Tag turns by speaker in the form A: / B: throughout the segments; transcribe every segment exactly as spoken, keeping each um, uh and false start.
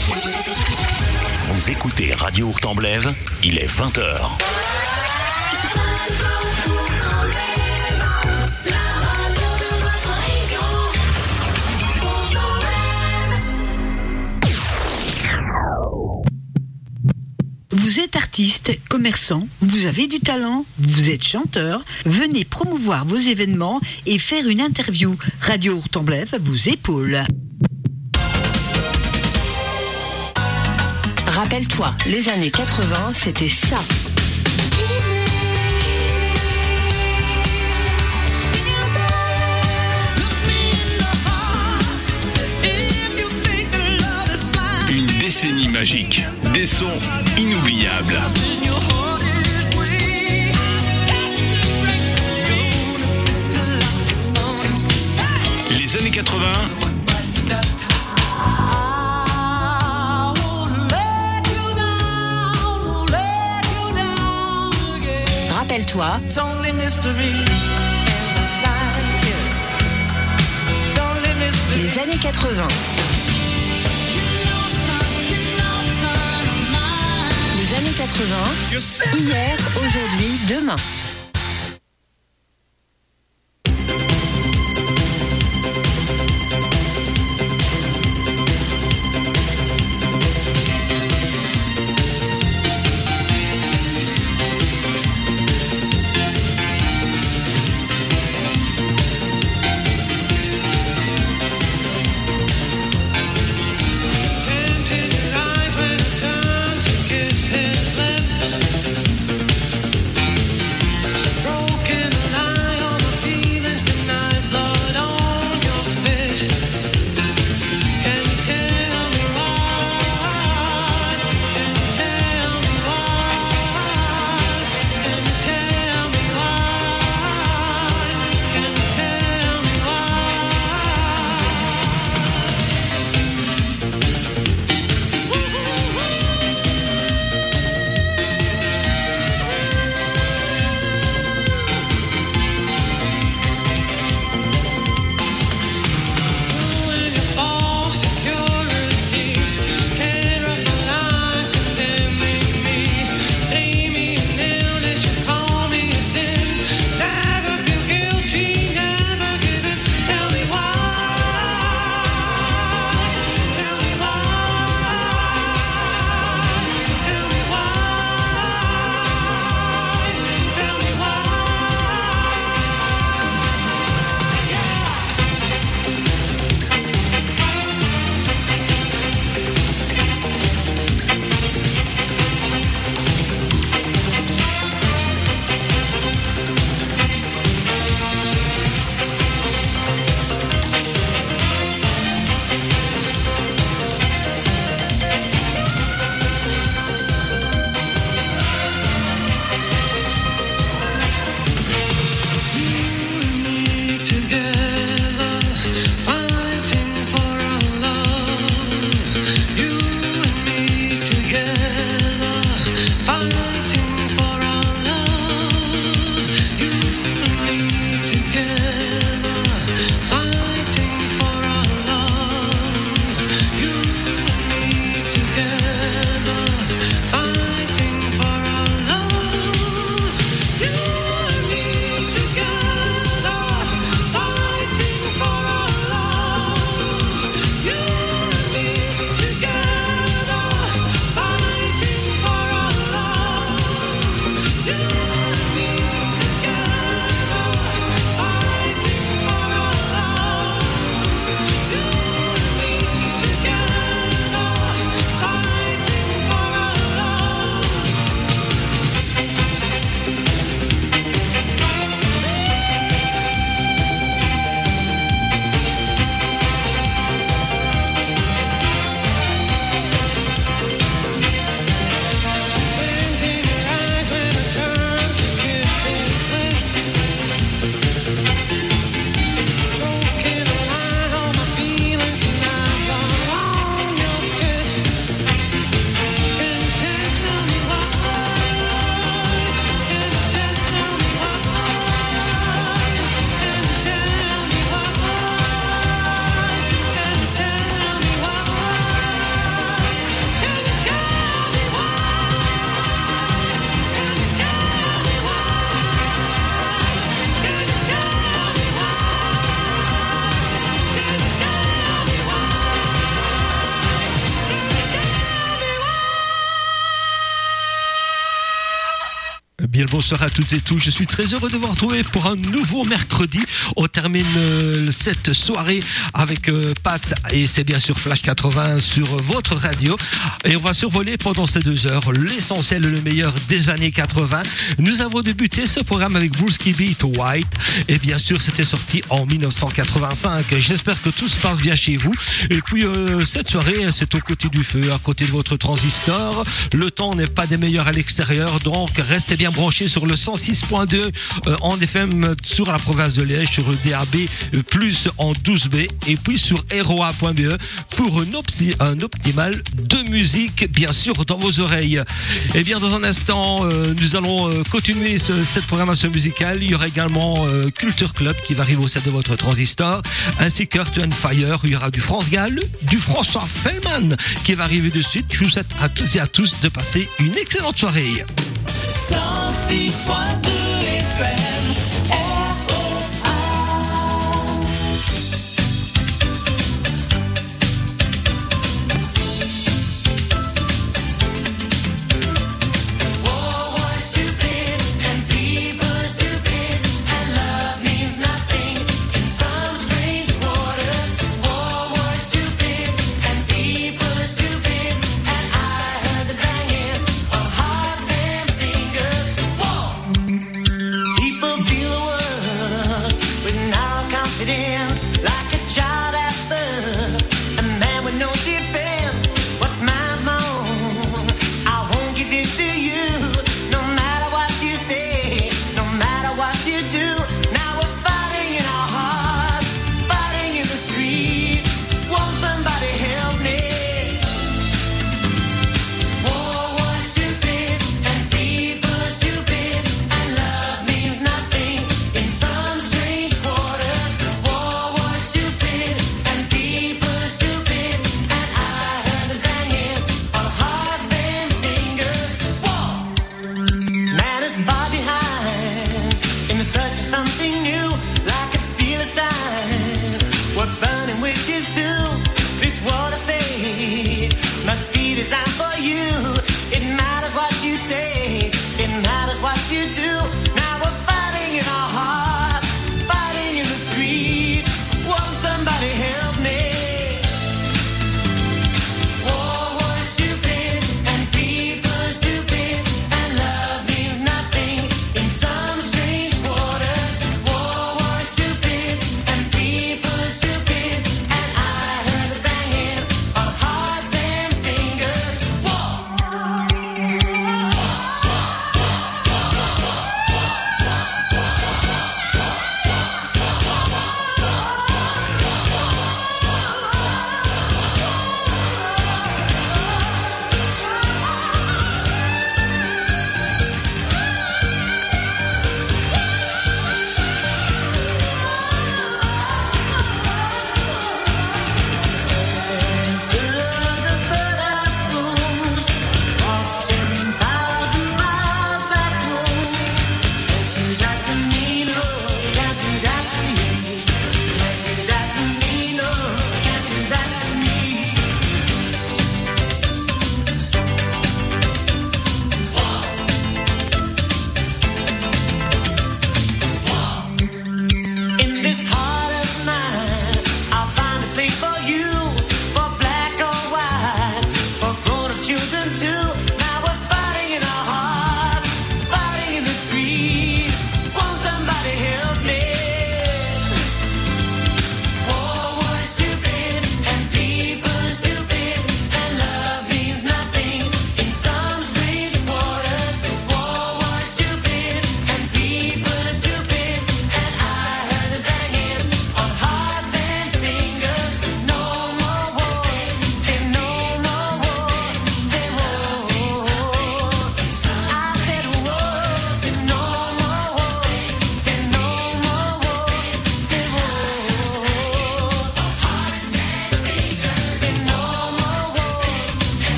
A: Vous écoutez Radio Hurtemblève, il est vingt heures.
B: Vous êtes artiste, commerçant, vous avez du talent, vous êtes chanteur, venez promouvoir vos événements et faire une interview. Radio Hurtemblève vous épaule.
C: Rappelle-toi, les années quatre-vingts, c'était ça.
A: Une décennie magique, des sons inoubliables. Les années quatre-vingts.
C: Rappelle-toi. Les années quatre-vingts. Les années quatre-vingts. Hier, aujourd'hui, demain.
D: bien le bonsoir à toutes et tous. Je suis très heureux de vous retrouver pour un nouveau mercredi. On termine euh, cette soirée avec euh, Pat et c'est bien sûr Flash quatre-vingts sur votre radio. Et on va survoler pendant ces deux heures l'essentiel et le meilleur des années quatre-vingts. Nous avons débuté ce programme avec Brewski Beat White. Et bien sûr, c'était sorti en dix-neuf cent quatre-vingt-cinq. J'espère que tout se passe bien chez vous. Et puis, euh, cette soirée, c'est au côté du feu, à côté de votre transistor. Le temps n'est pas des meilleurs à l'extérieur, donc restez bien branchés sur le cent six point deux euh, en F M sur la province de Liège, sur le D A B euh, plus en douze B et puis sur R O A point B E pour un, opti- un optimal de musique, bien sûr, dans vos oreilles. Et bien, dans un instant, euh, nous allons euh, continuer ce, cette programmation musicale. Il y aura également euh, Culture Club qui va arriver au sein de votre transistor, ainsi que Earth and Fire. Il y aura du France Gall, du François Fellman qui va arriver de suite. Je vous souhaite à toutes et à tous de passer une excellente soirée.
E: cent six point deux F M R O A. War was stupid and people stupid and love means nothing in some strange waters. War was stupid and people stupid and I heard the banging of hearts and fingers. War. People feel the world with no confidence, like a child at birth, a man with no defense. What's mine's my own. I won't give it to you, no matter what you say, no matter what you do. Now we're fighting in our hearts, fighting in the streets. Won't somebody help me? War was stupid and people stupid and love means nothing in some strange waters. War was stupid and people stupid and I heard the banging of hearts and fingers. War. Man is far behind in the search for something new, like a Philistine. We're burning witches too. This world of fate must be designed for you. It matters what you say, it matters what you do. Now we're fighting in our hearts, fighting in the streets. Won't somebody help me? War was stupid and people stupid and love means nothing in some strange waters. War was stupid and people stupid and I heard the banging of hearts and fingers.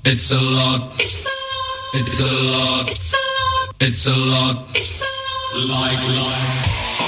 E: It's a lot. It's a lot. It's a lot. It's a lot. It's a lot. It's a lot. Like life.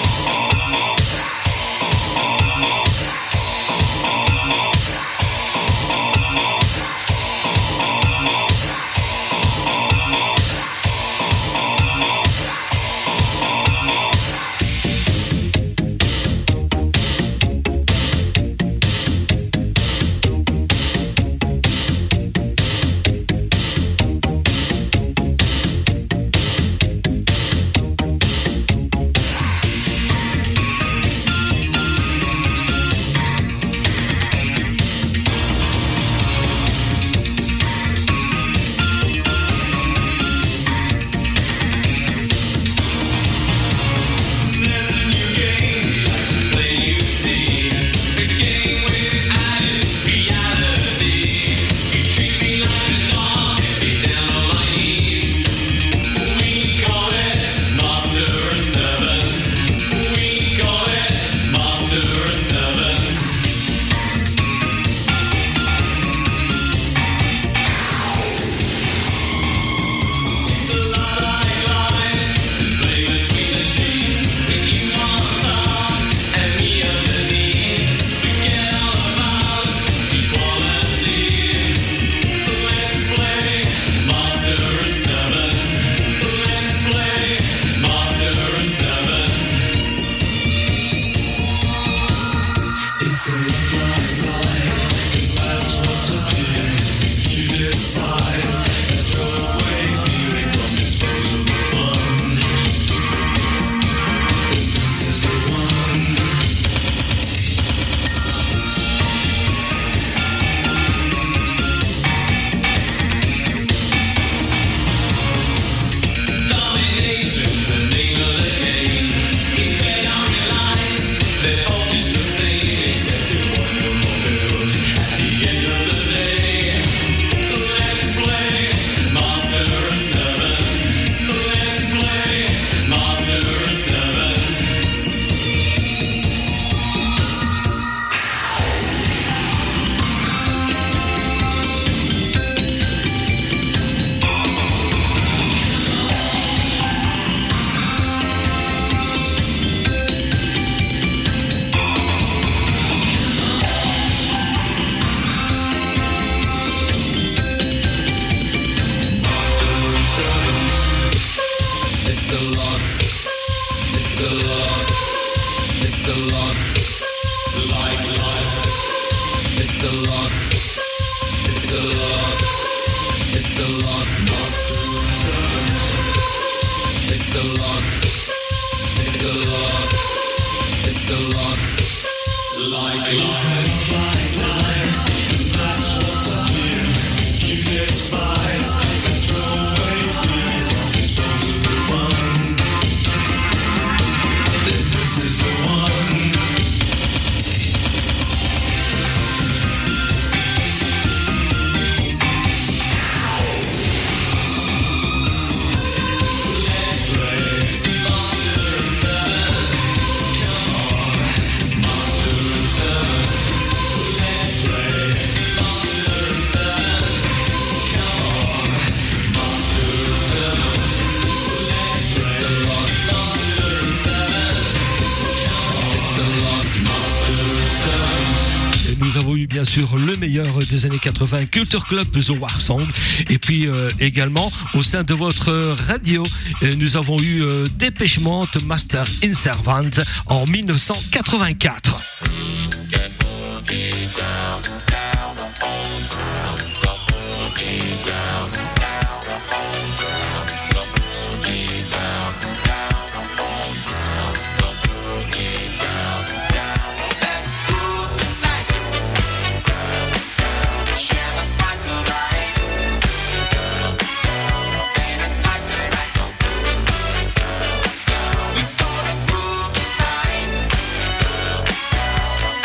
D: Sur le meilleur des années quatre-vingts, Culture Club The War Song. Et puis euh, également au sein de votre radio, euh, nous avons eu euh, Depeche Mode Master in Servant en dix-neuf cent quatre-vingt-quatre.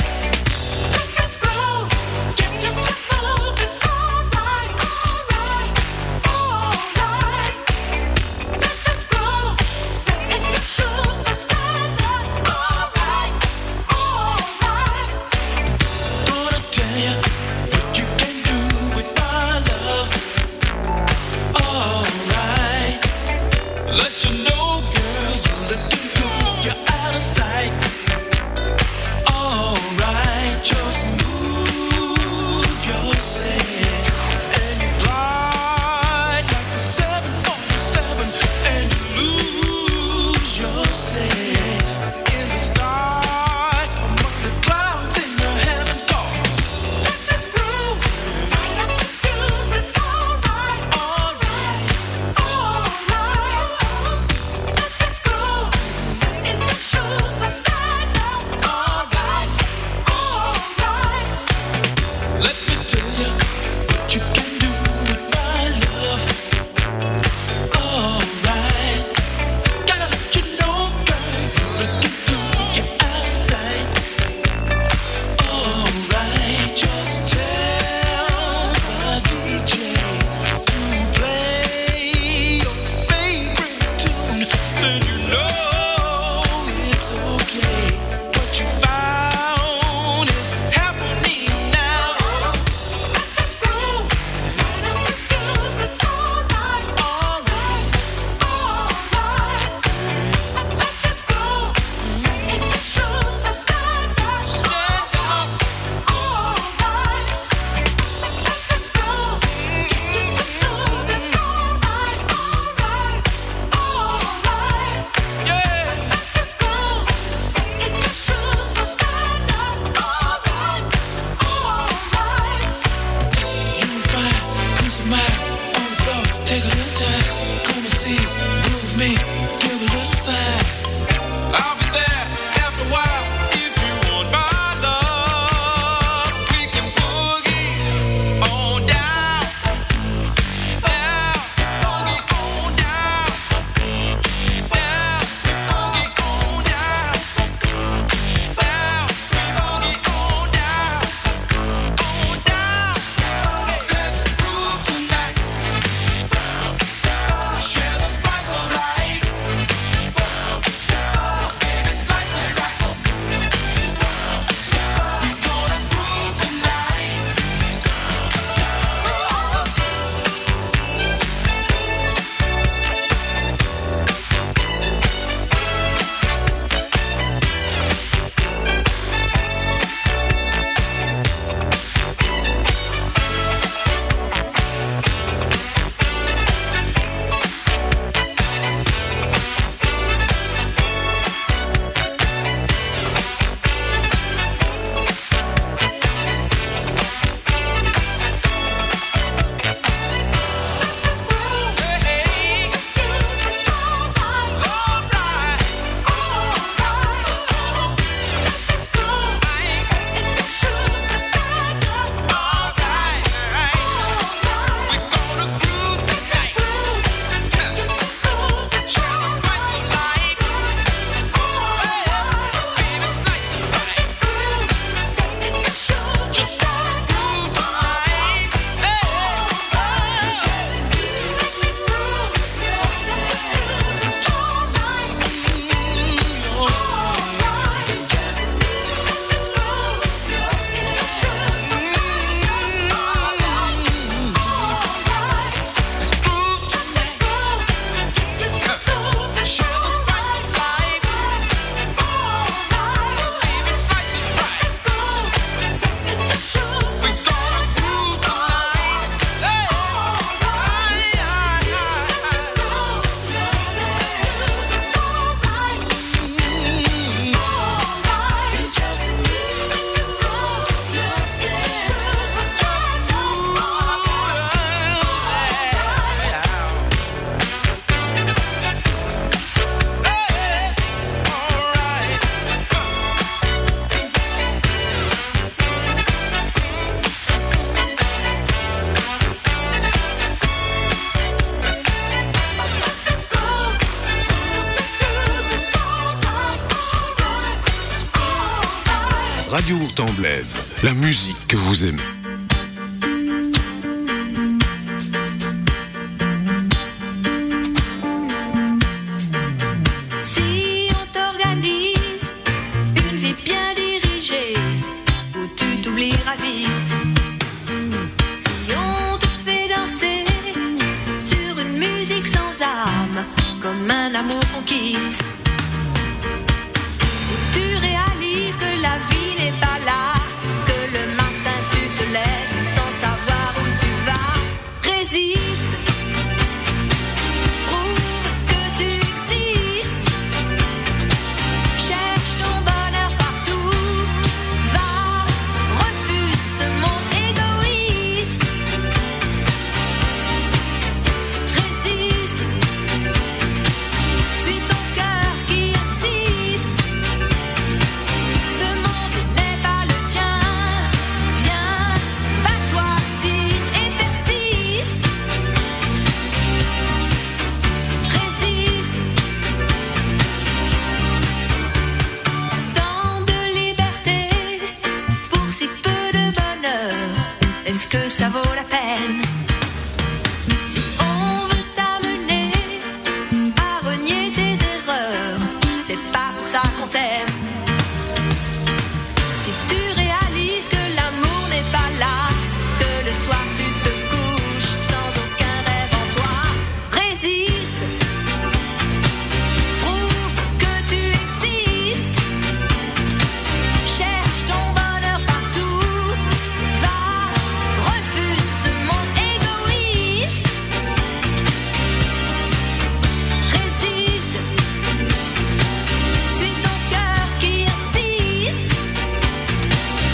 E: Let's go.
A: Radio Hurtemblève, la musique que vous aimez.
E: Si on t'organise une vie bien dirigée, où tu t'oublieras vite. Si on te fait danser sur une musique sans âme, comme un amour qu'on quitte. Si tu réalises que la vie n'est pas là, que le matin tu te lèves sans savoir où tu vas, résiste. Prouve que tu existes. Cherche ton bonheur partout. Va, refuse ce monde égoïste. Résiste. Suis ton cœur qui insiste. Ce monde n'est pas le tien. Viens, bats-toi, sise et persiste. Résiste. Tant de liberté pour si peu de bonheur. Est-ce que ça vaut la peine? Si on veut t'amener à renier tes erreurs, c'est pas pour ça qu'on t'aime. Si tu réalises que l'amour n'est pas là, que le soir tu te couches sans aucun rêve en toi, résiste. Prouve que tu existes. Cherche ton bonheur partout. Va, refuse ce monde égoïste. Résiste. Suis ton cœur qui insiste.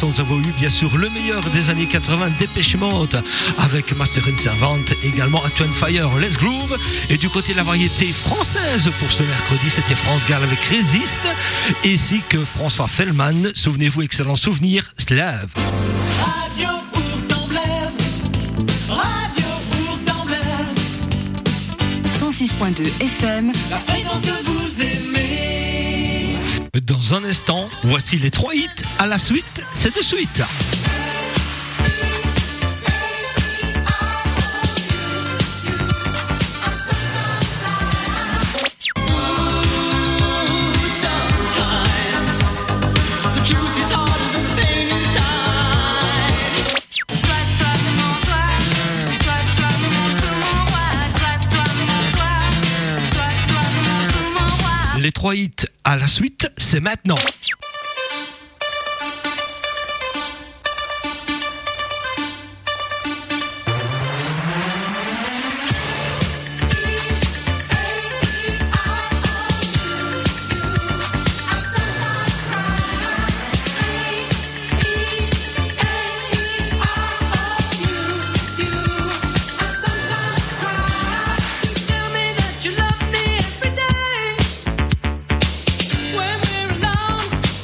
D: l'instant, nous avons eu bien sûr le meilleur des années quatre-vingts, Dépêche Mode avec Master and Servant, également Actual Fire, Let's Groove. Et du côté de la variété française pour ce mercredi, c'était France Gall avec Résiste, ainsi que François Fellman, souvenez-vous, excellent souvenir, Slave.
E: Radio Bourg-en-Bresse, Radio Bourg-en-Bresse,
C: cent six point deux F M,
E: la fréquence que vous aimez.
D: Dans un instant, voici les trois hits à la suite, c'est de suite. Les trois hits à la suite, c'est maintenant.
E: You love me every day when we're alone.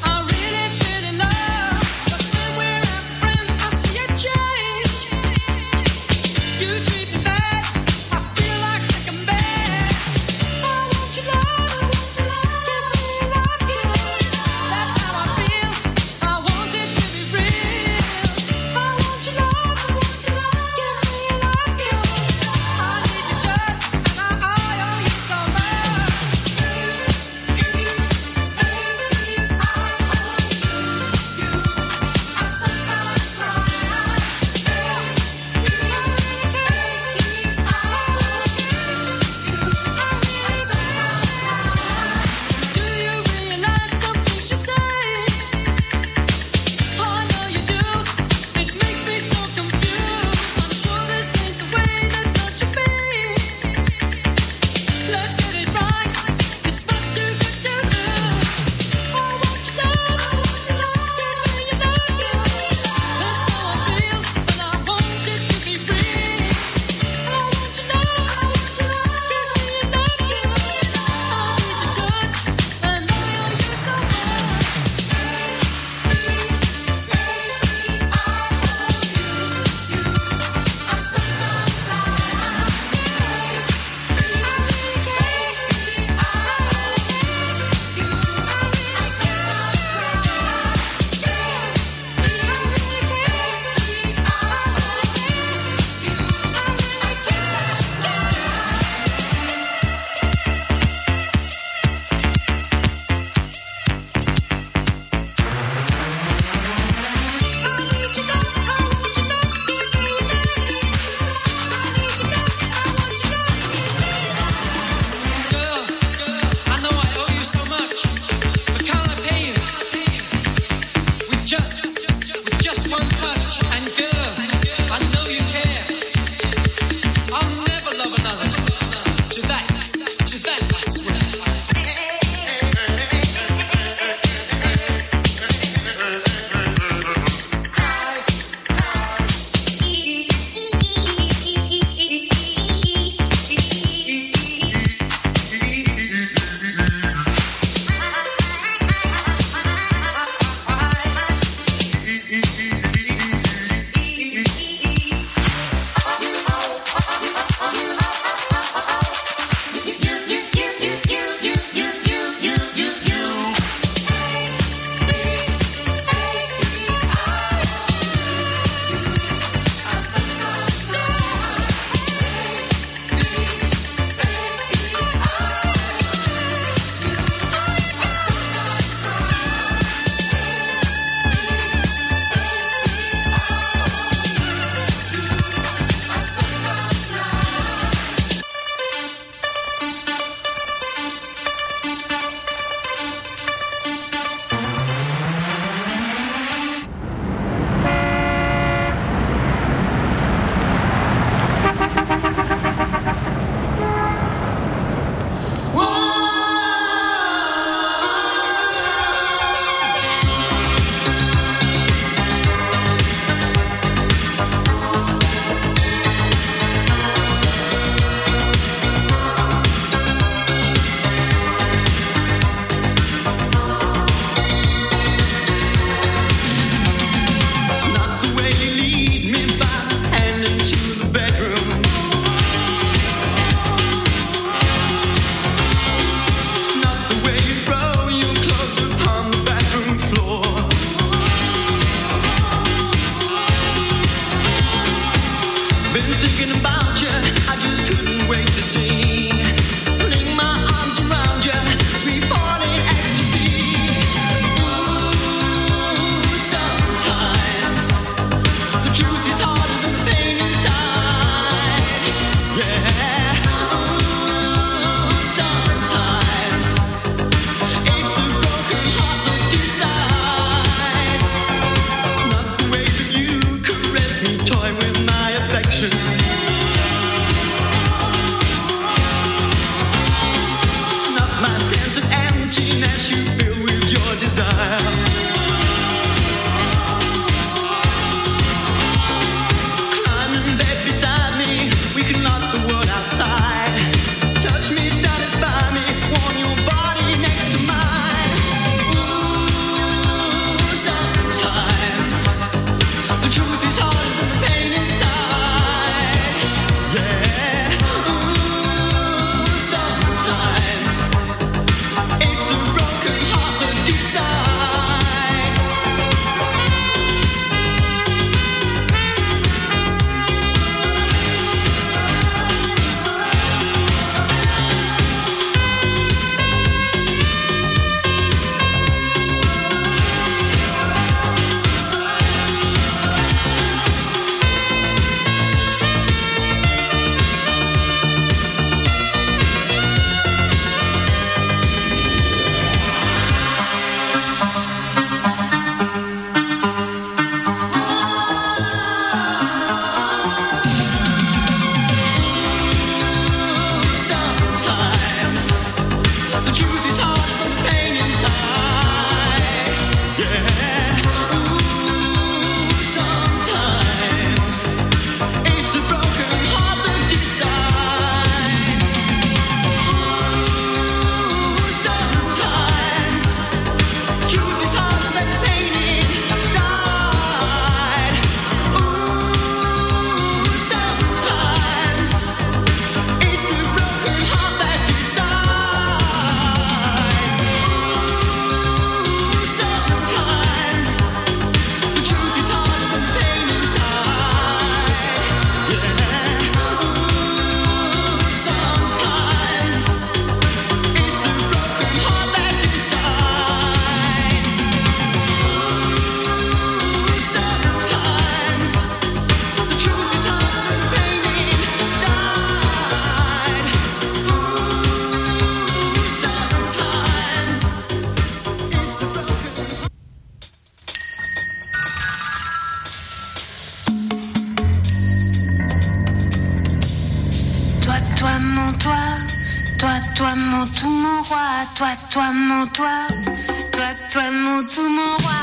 F: toi mon tout mon roi, toi, toi mon toi, toi, toi mon tout mon roi.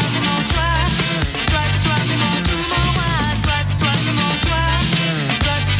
E: Toi,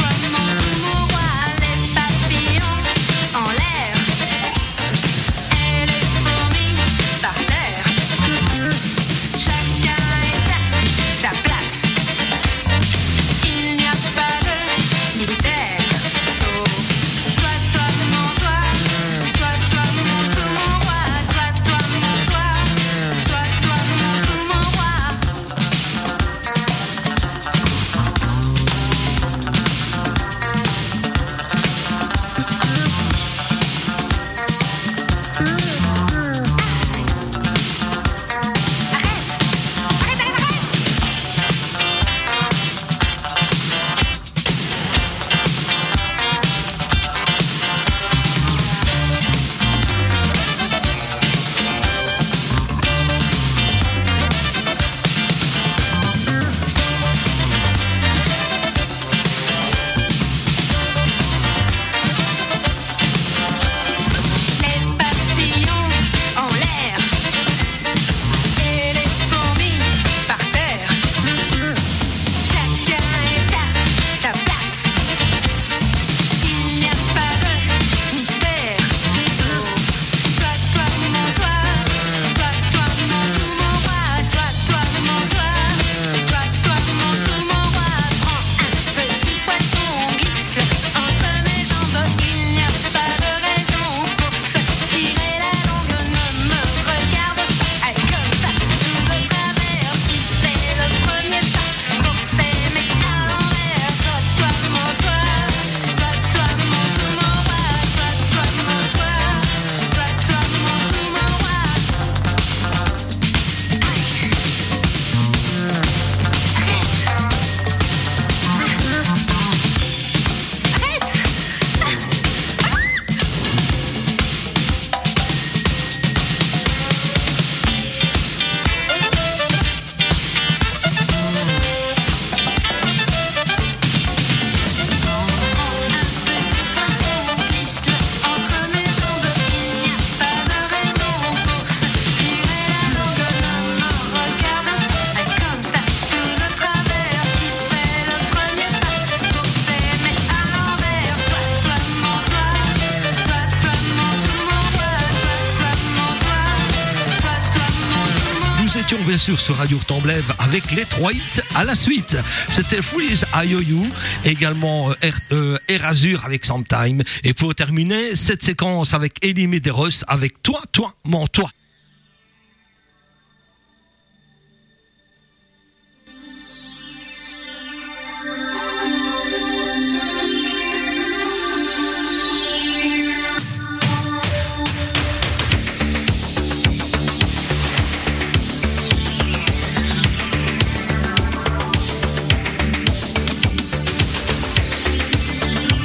D: étions bien sûr sur Radio Hurtemblève avec les trois hits à la suite. C'était Foolies I O U, également euh, Air, euh, Air Azur avec Sometime. Et pour terminer, cette séquence avec Elie Medeiros avec Toi, Toi, Mon Toi.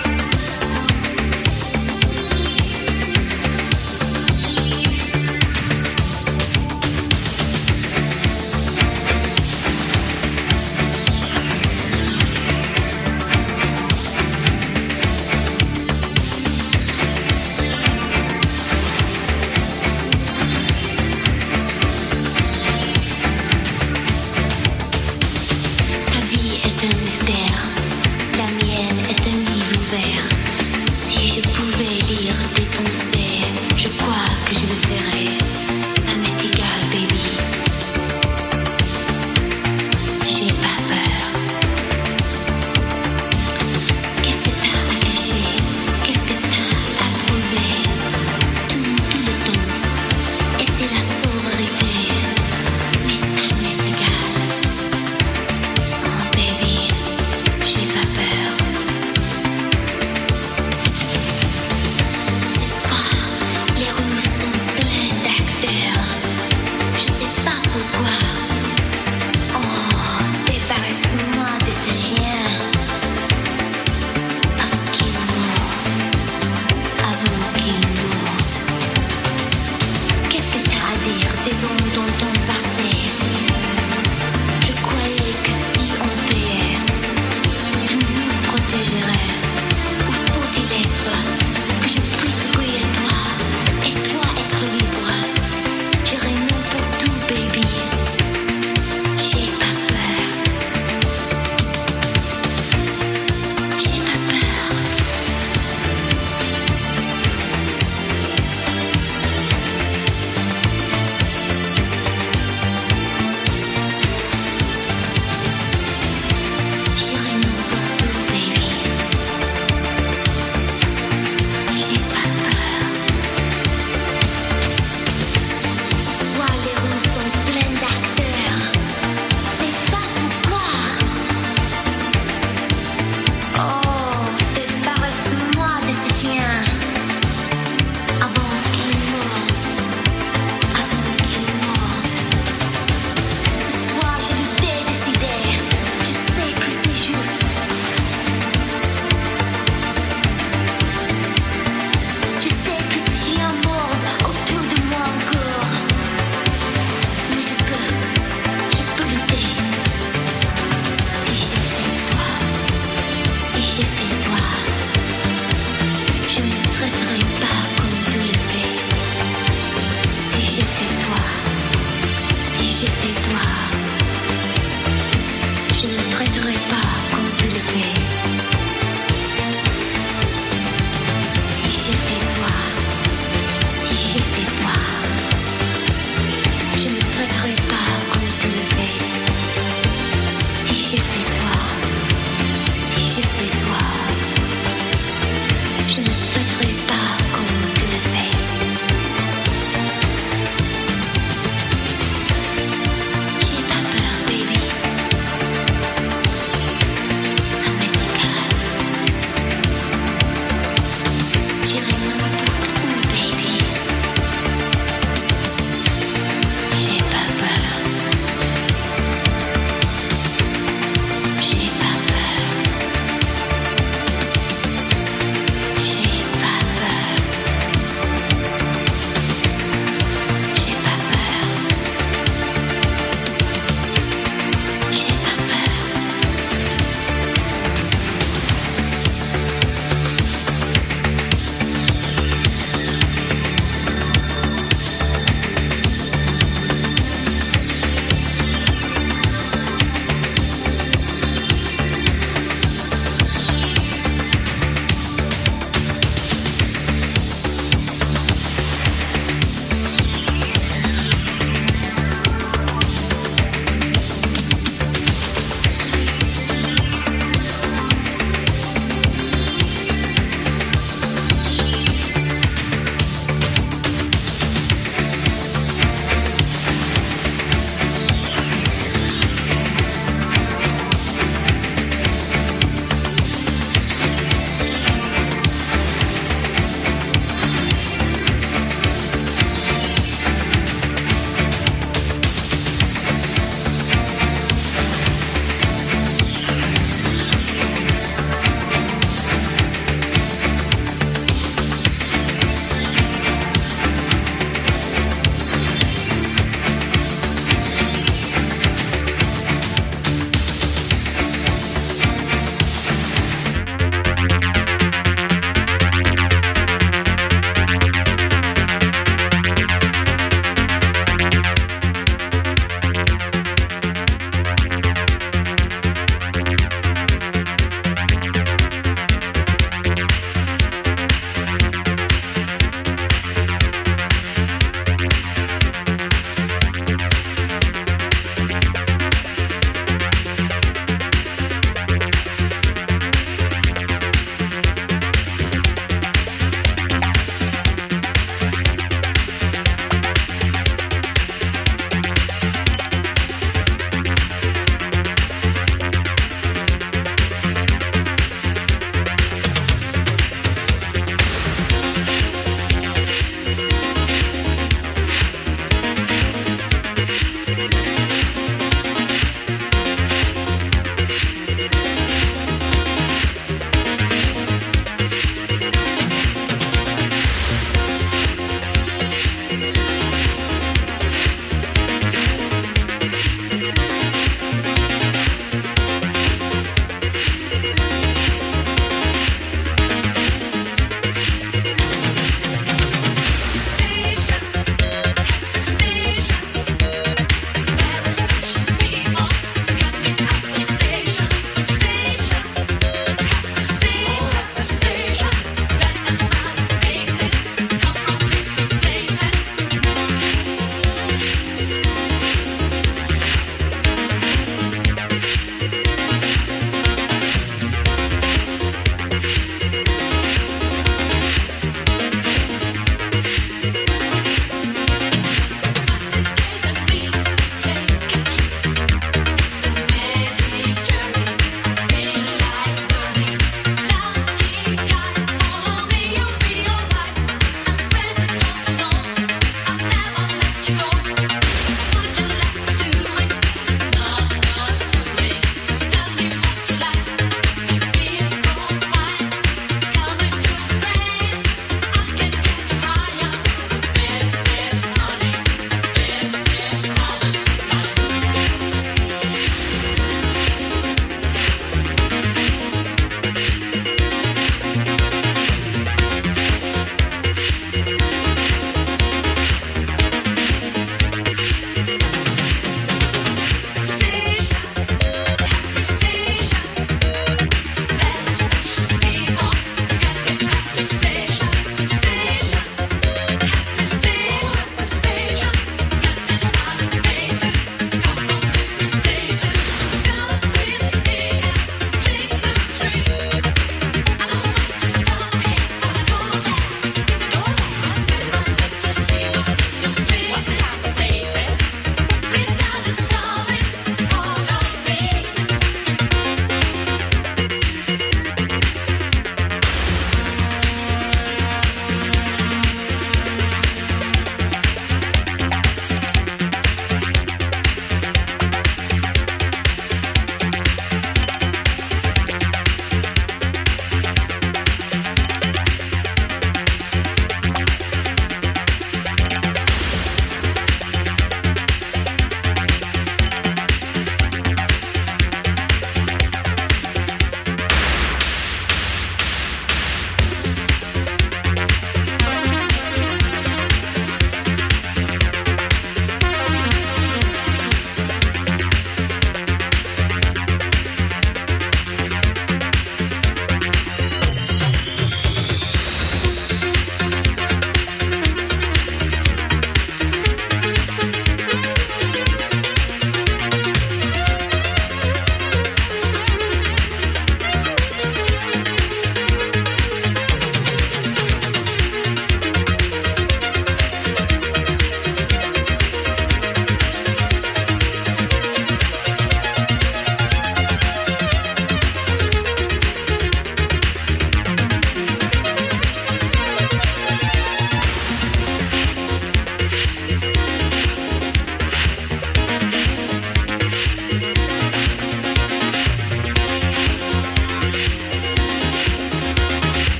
E: Thank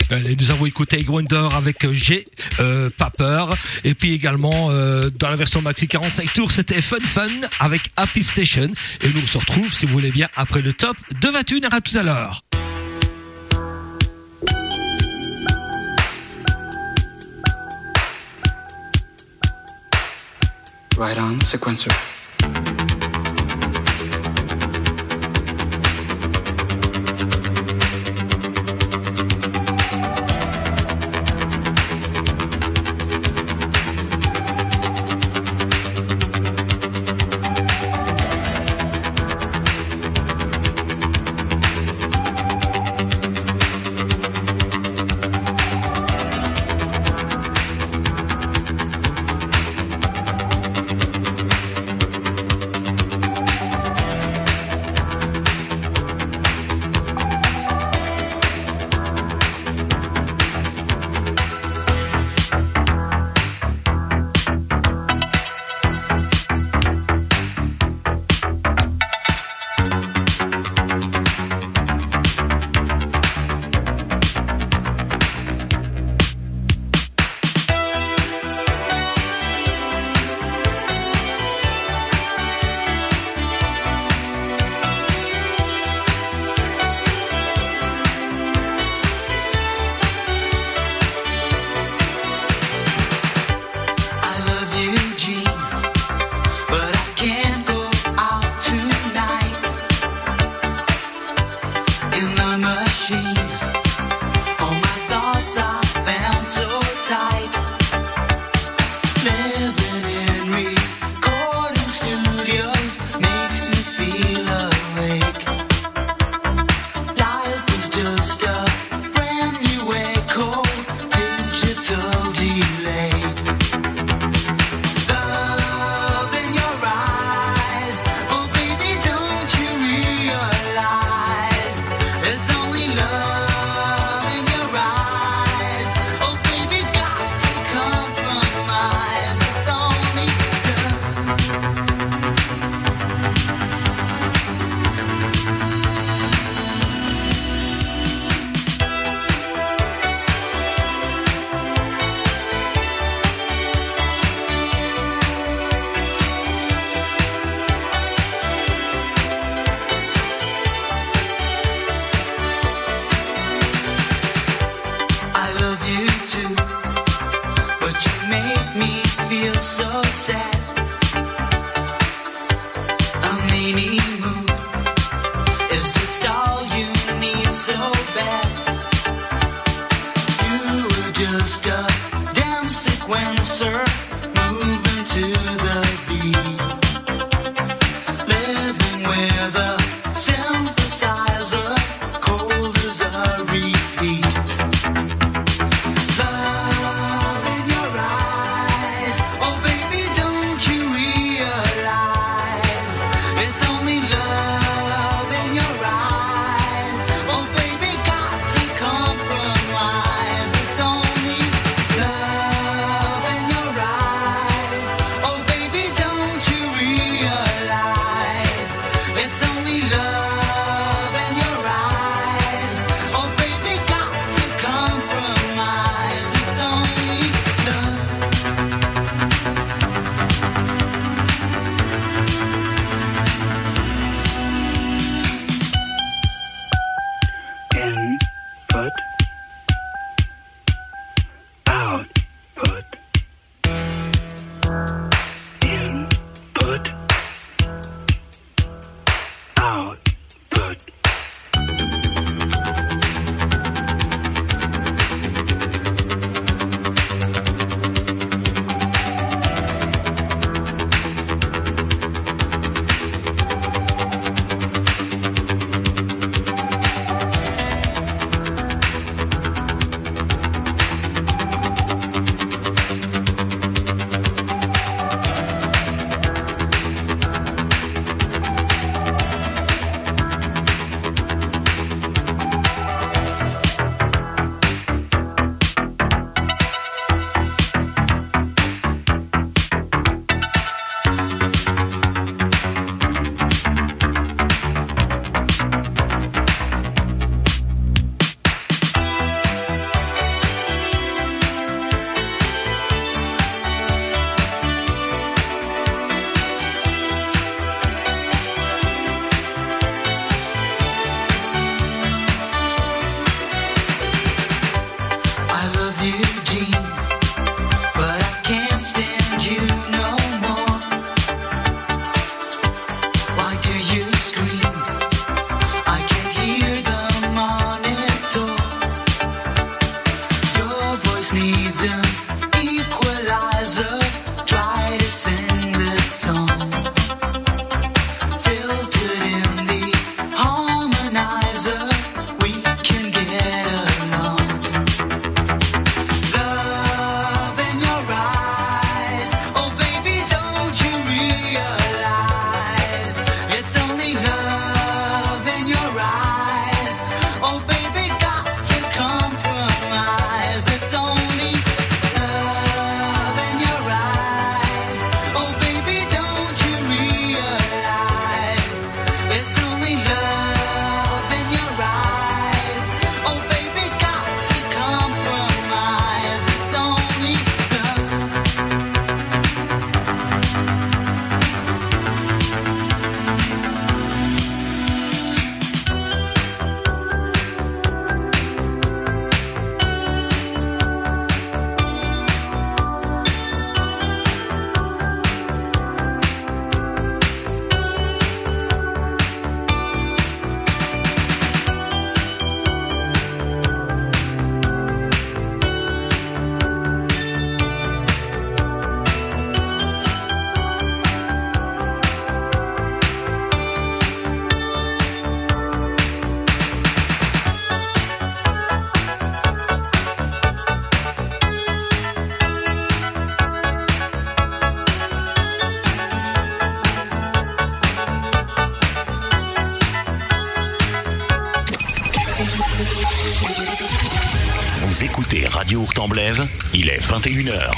D: Allez, nous avons écouté Wonder avec J'ai euh, pas peur. Et puis également, euh, dans la version maxi quarante-cinq tours, c'était Fun Fun avec Happy Station. Et nous on se retrouve, si vous voulez bien, après le top de vingt et une heures. À tout à l'heure.
G: Right on, sequencer.
A: Vous écoutez Radio Hurtemblève, il est vingt et une heures.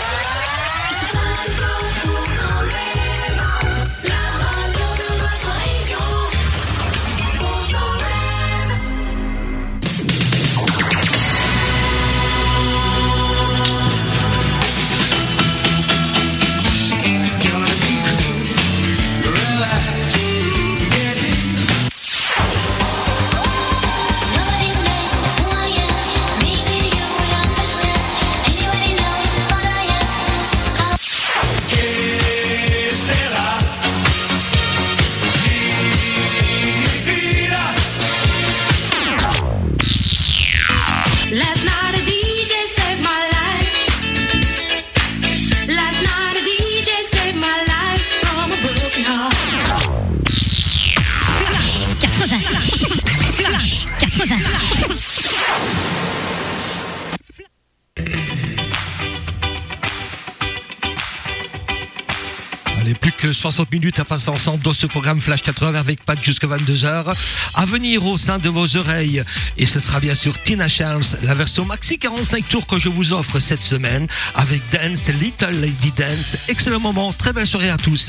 D: soixante minutes à passer ensemble dans ce programme Flash quatre-vingts avec Pat jusqu'à vingt-deux heures. À venir au sein de vos oreilles. Et ce sera bien sûr Tina Charles, la version maxi quarante-cinq tours que je vous offre cette semaine avec Dance, Little Lady Dance. Excellent moment, très belle soirée à tous.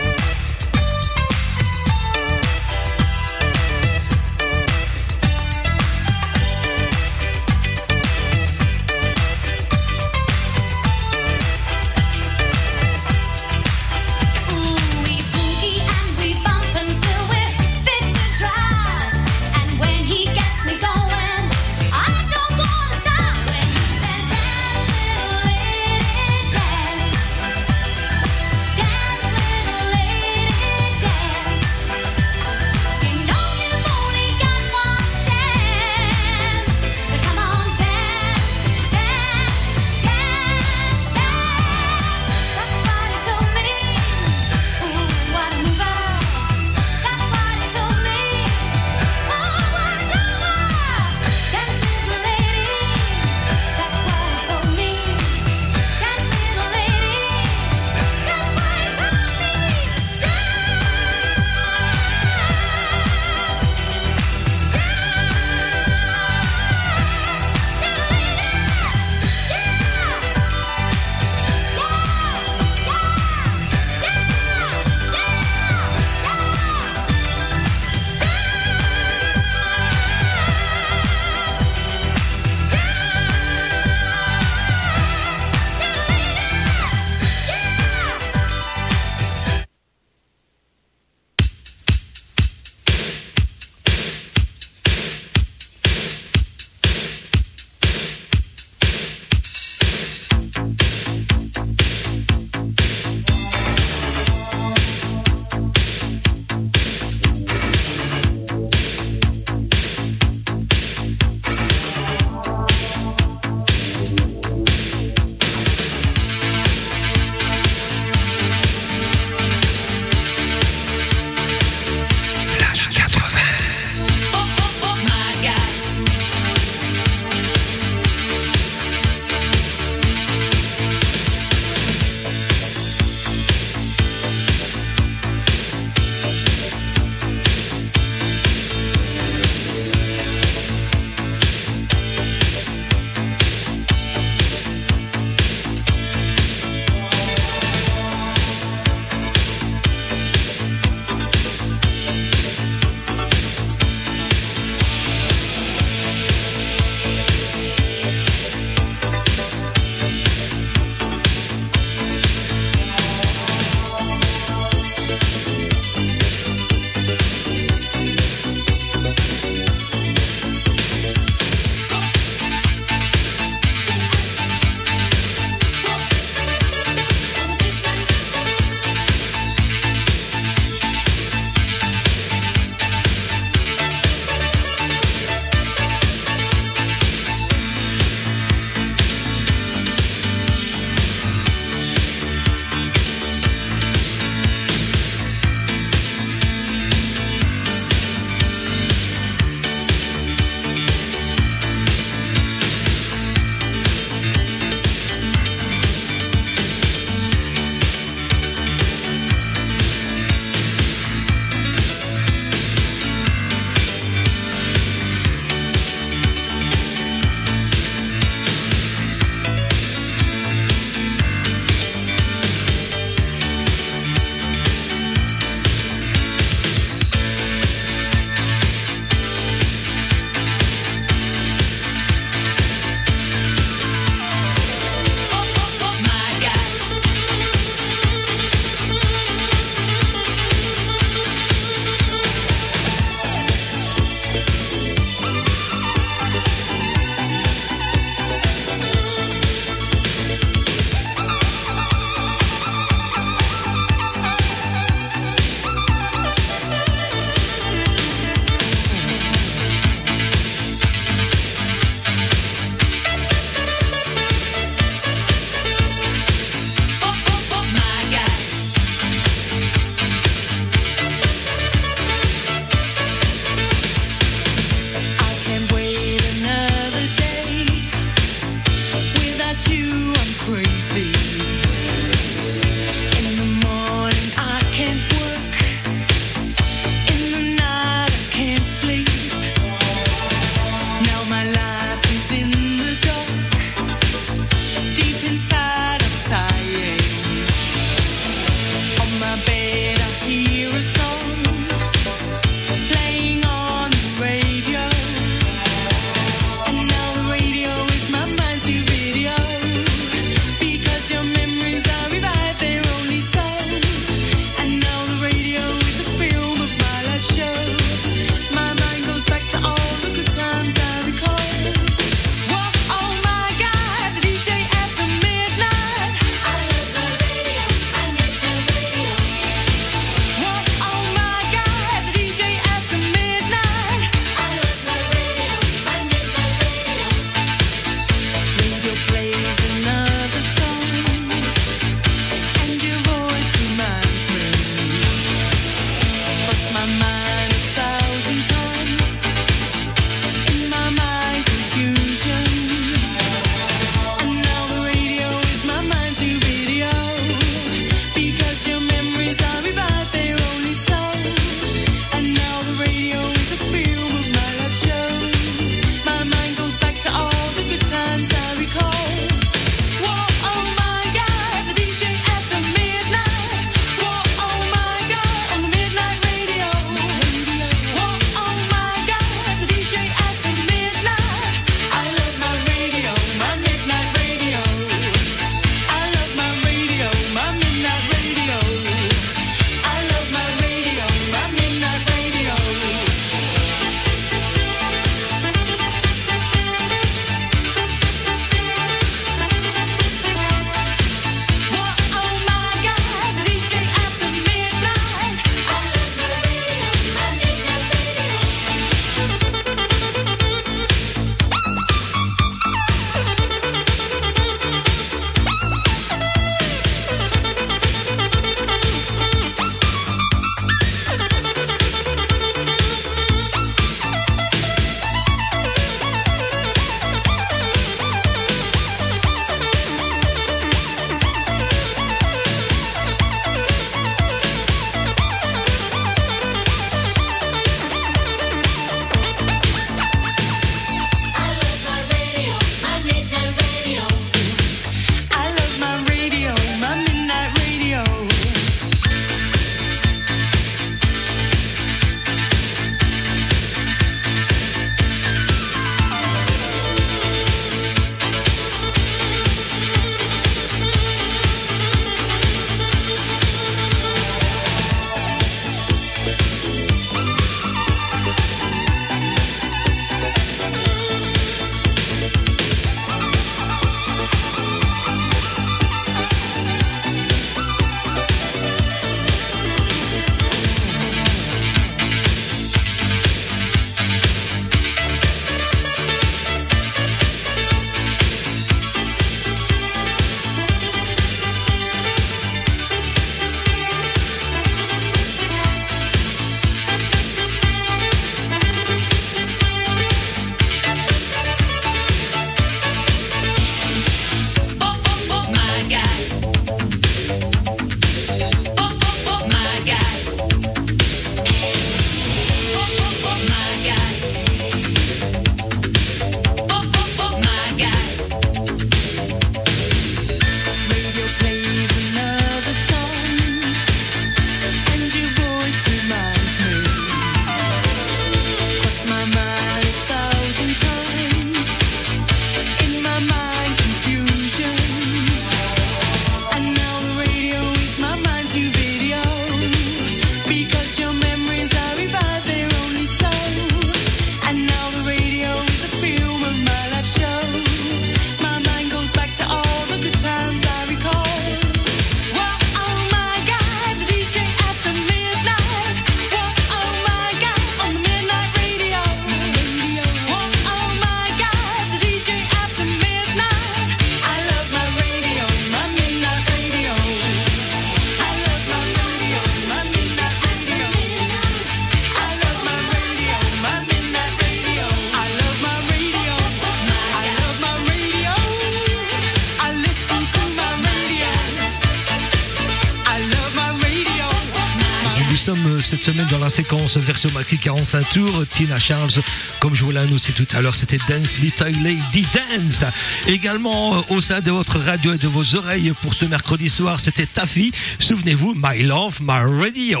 D: cette semaine dans la séquence version maxi quarante-cinq tours. Tina Charles, comme je vous l'ai annoncé tout à l'heure, c'était Dance Little Lady Dance. Également au sein de votre radio et de vos oreilles pour ce mercredi soir, c'était Taffy. Souvenez-vous, My Love, My Radio.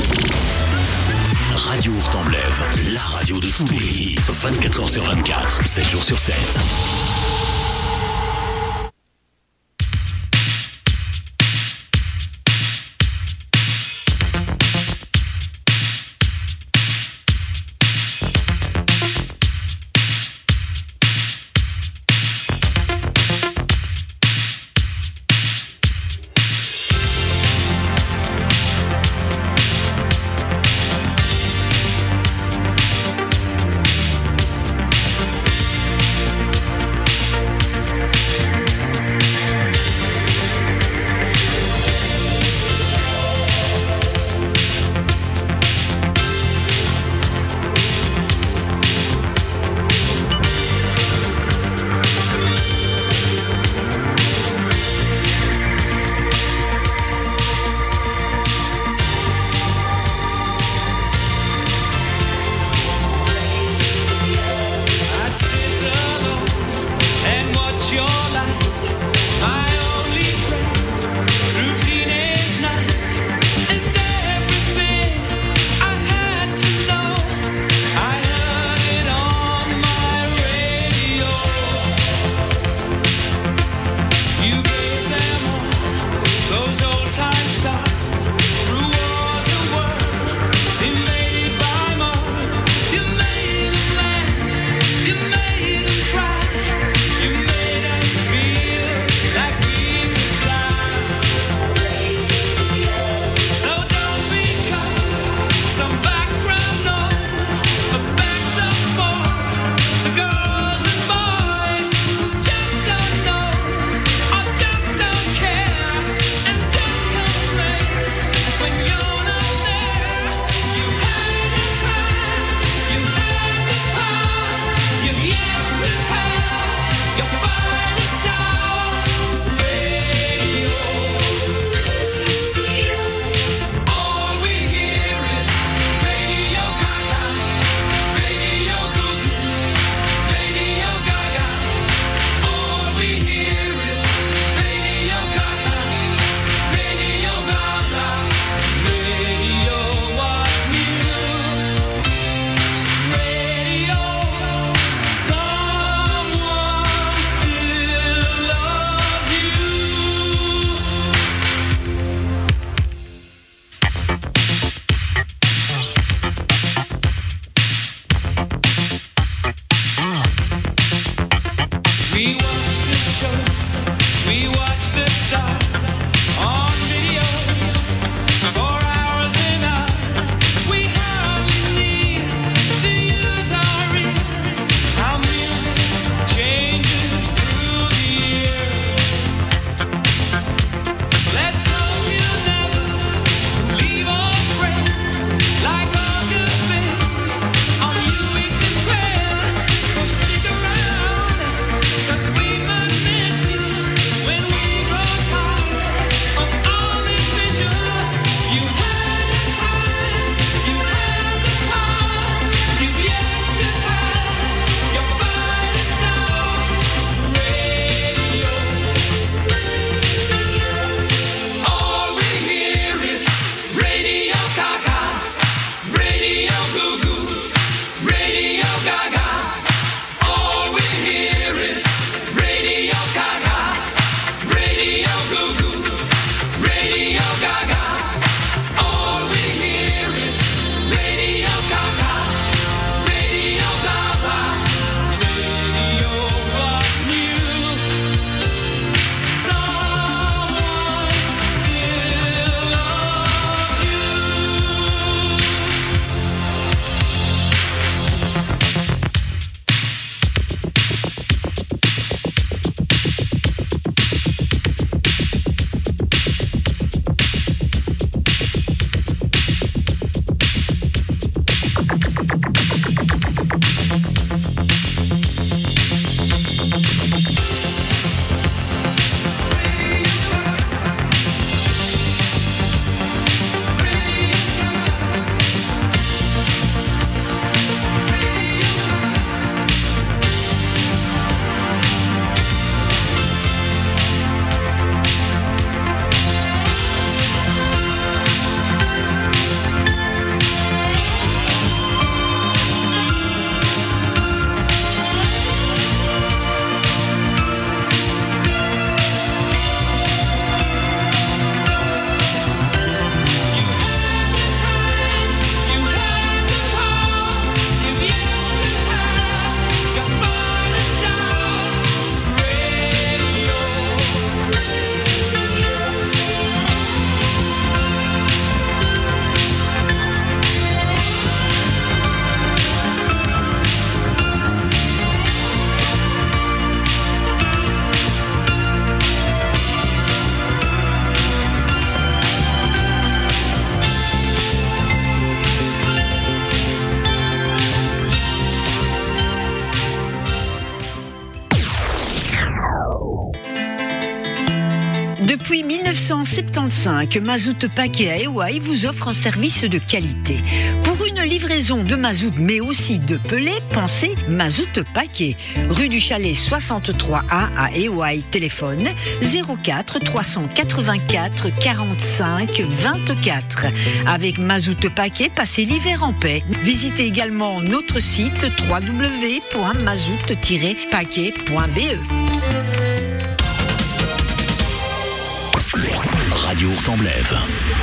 A: Radio Hurtemblève, la radio de tous les hits. vingt-quatre heures sur vingt-quatre, sept jours sur sept.
E: We might miss you when we grow tired.
B: Depuis mille neuf cent soixante-quinze, Mazout Paquet à Ewaï vous offre un service de qualité. Pour une livraison de mazout mais aussi de pelé, pensez Mazout Paquet. Rue du Chalet soixante-trois A à Ewaï, téléphone zéro quatre trois cent quatre-vingt-quatre quarante-cinq vingt-quatre. Avec Mazout Paquet, passez l'hiver en paix. Visitez également notre site w w w point mazout tiret paquet point b e.
A: Radio Hurtemblève.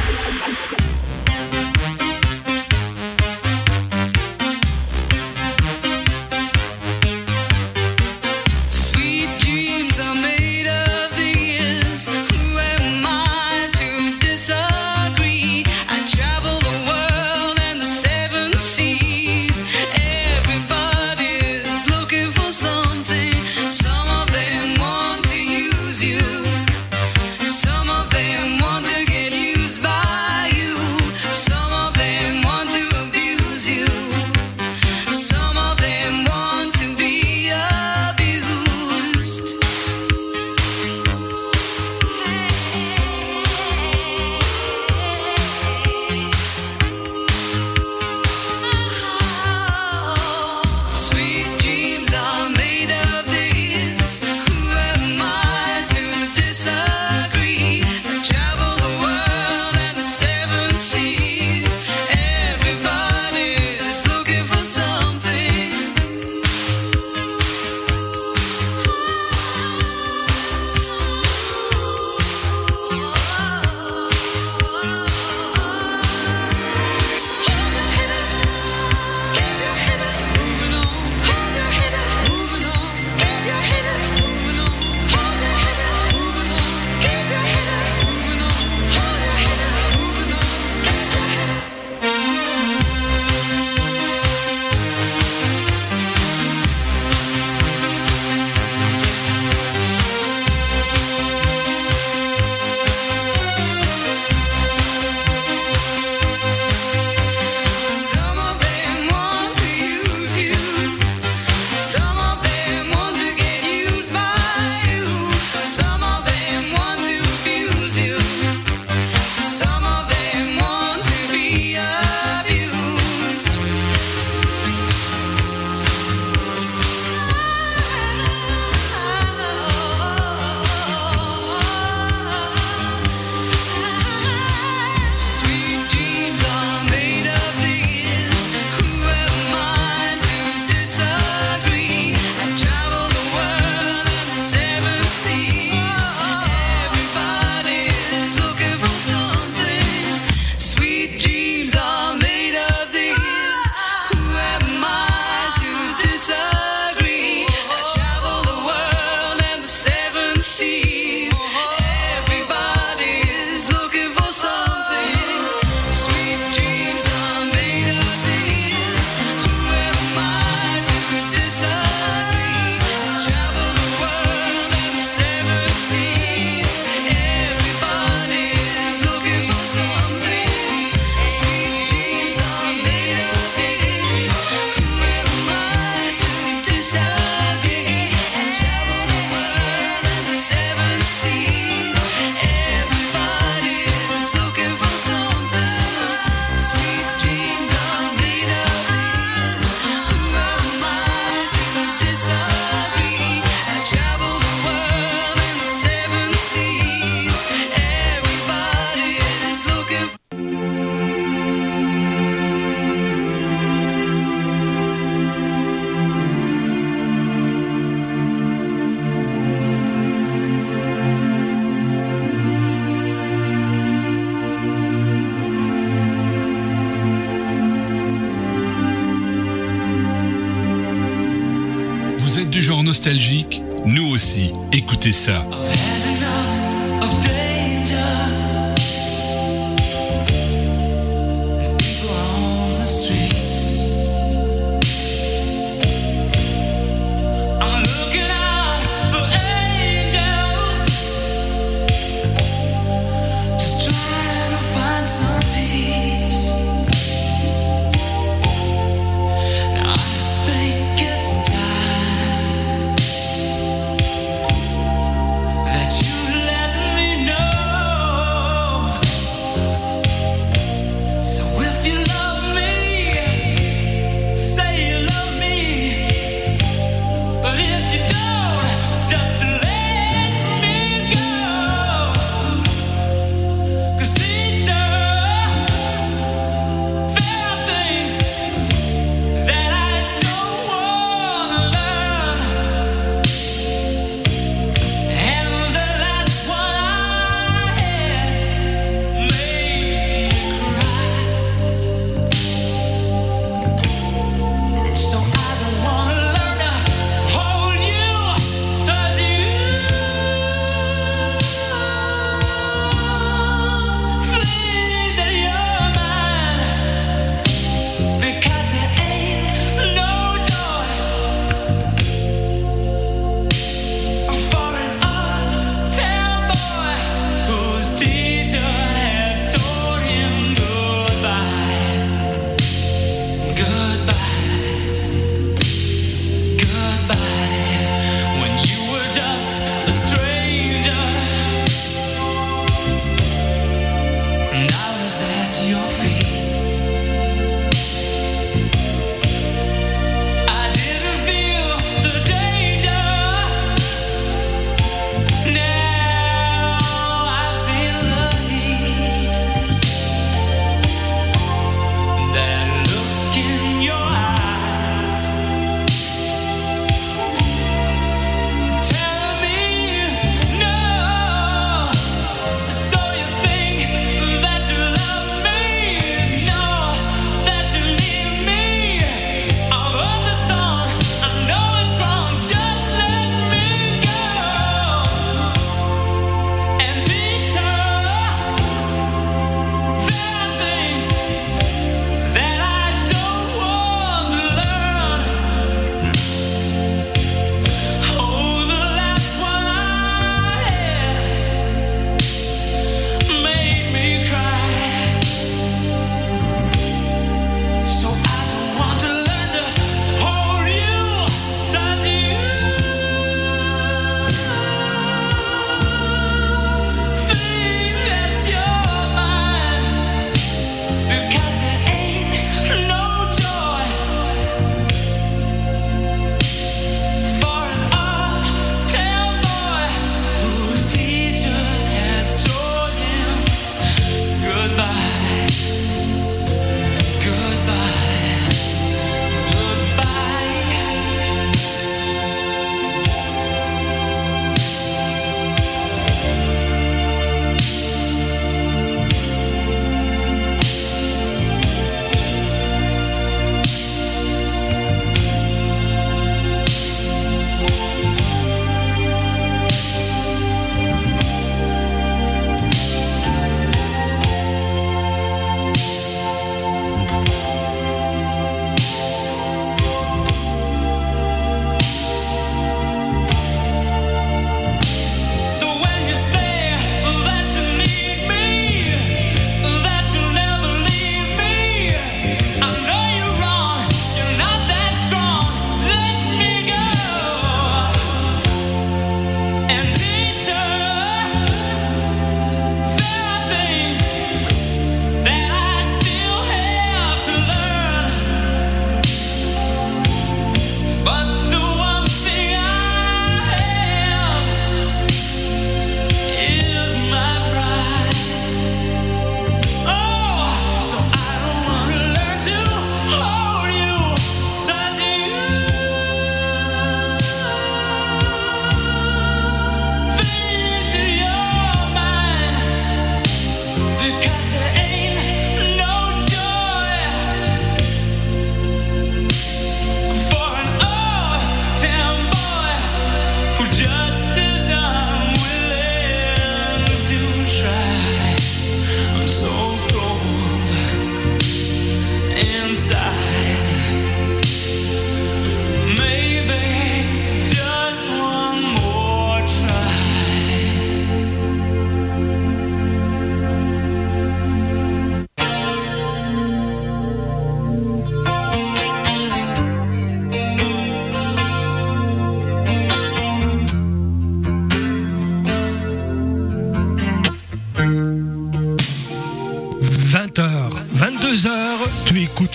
G: Du genre nostalgique, nous aussi, écoutez ça.
E: That you let me know.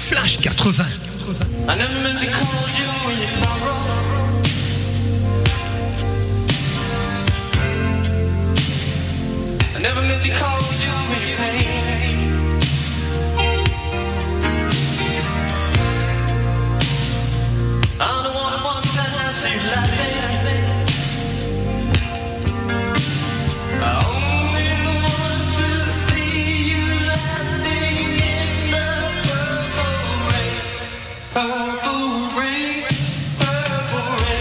D: Flash quatre-vingts.
E: I never meant to call you when you sorrow. I never meant to call you when you pain. I'm the one who wants to have you laughing. I only want to see you laughing in the purple rain. Purple rain, purple rain.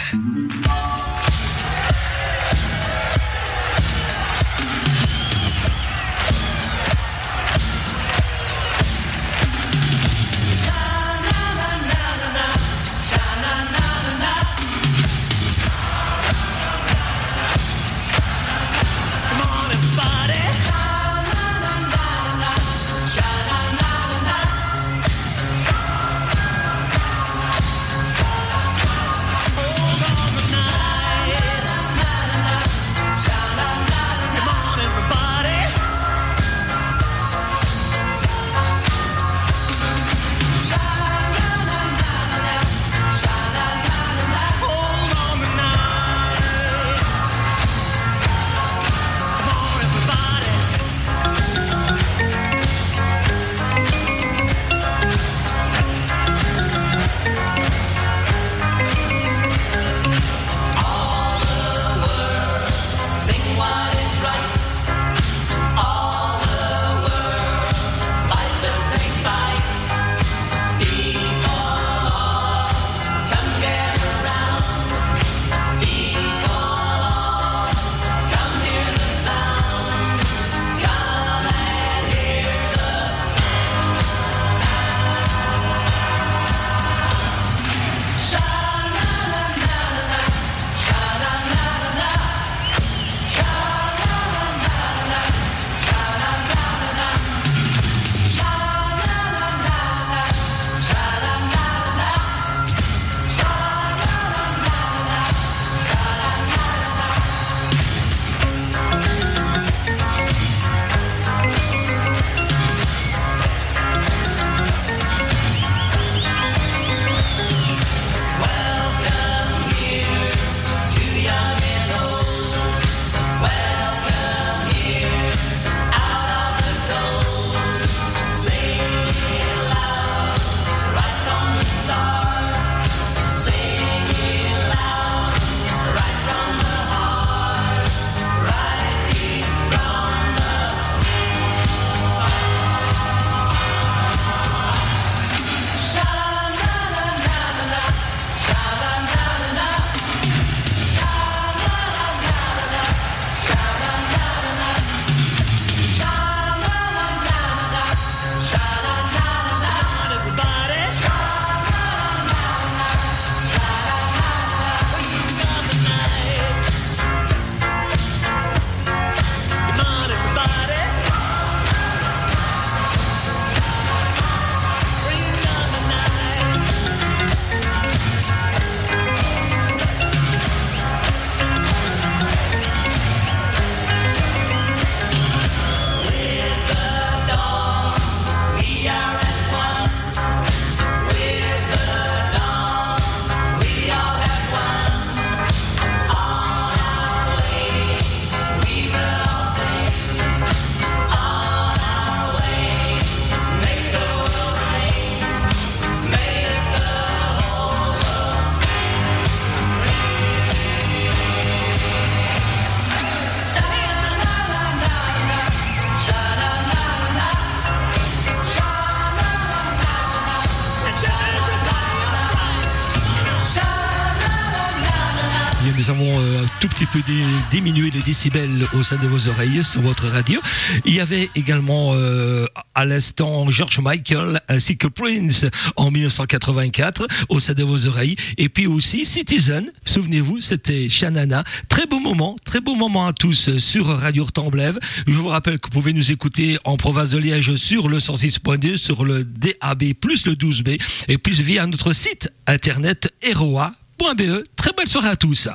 D: Nous avons euh, un tout petit peu dé- diminué les décibels au sein de vos oreilles sur votre radio. Il y avait également euh, à l'instant George Michael ainsi que Prince en dix-neuf cent quatre-vingt-quatre au sein de vos oreilles. Et puis aussi Citizen, souvenez-vous, c'était Shanana. Très beau moment, très beau moment à tous sur Radio Hortenblève. Je vous rappelle que vous pouvez nous écouter en province de Liège sur le cent six point deux, sur le D A B plus le douze B et puis via notre site internet r o a point b e. Très belle soirée à tous.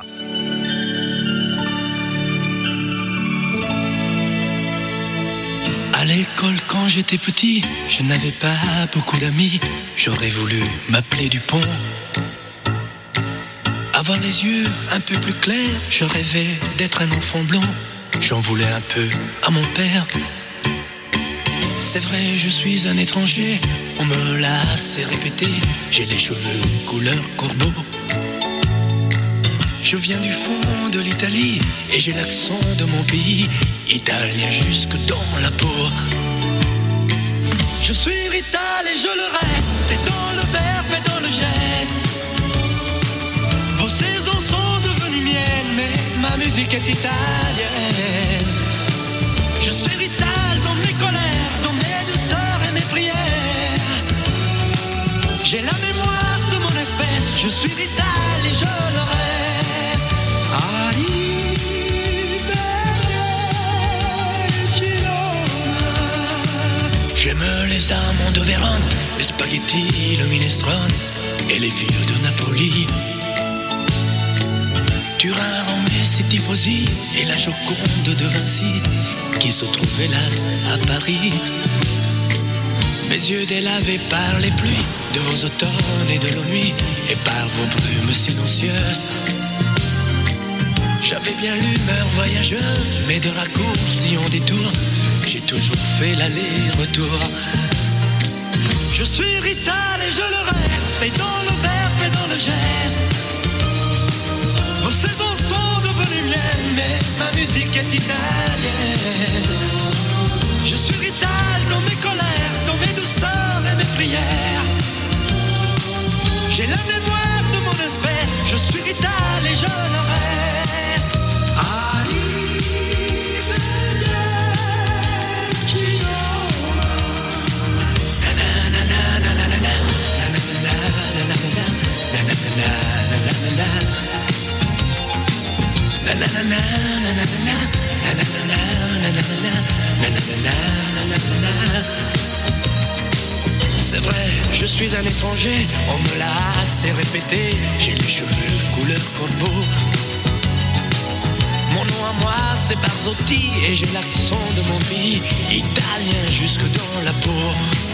H: À l'école quand j'étais petit, je n'avais pas beaucoup d'amis. J'aurais voulu m'appeler Dupont. Avoir les yeux un peu plus clairs, je rêvais d'être un enfant blond. J'en voulais un peu à mon père. C'est vrai, je suis un étranger, on me l'a assez répété. J'ai les cheveux couleur corbeau. Je viens du fond de l'Italie et j'ai l'accent de mon pays, italien jusque dans la peau. Je suis rital et je le reste, et dans le verbe et dans le geste. Vos saisons sont musique est italienne. Je suis Rital dans mes colères, dans mes douceurs et mes prières. J'ai la mémoire de mon espèce, je suis Rital et je le reste. J'aime les amants de Vérone, les spaghettis, le minestrone et les villes de Napoli. Turin, Rome et ses tifosi et la Joconde de Vinci qui se trouve hélas à Paris. Mes yeux délavés par les pluies de vos automnes et de nos nuits et par vos brumes silencieuses. J'avais bien l'humeur voyageuse, mais de raccourcis en détour, j'ai toujours fait l'aller-retour. Je suis Rital et je le reste, et dans le verbe et dans le geste. Vos saisons sont devenues miennes, mais ma musique est italienne. Je suis Rital dans mes colères, dans mes douceurs et mes prières. J'ai la mémoire de mon espèce, je suis Rital et je le reste. C'est vrai, je suis un étranger, on me l'a assez répété. J'ai les cheveux couleur corbeau. Mon nom à moi c'est Barzotti et j'ai l'accent de mon pays, italien jusque dans la peau.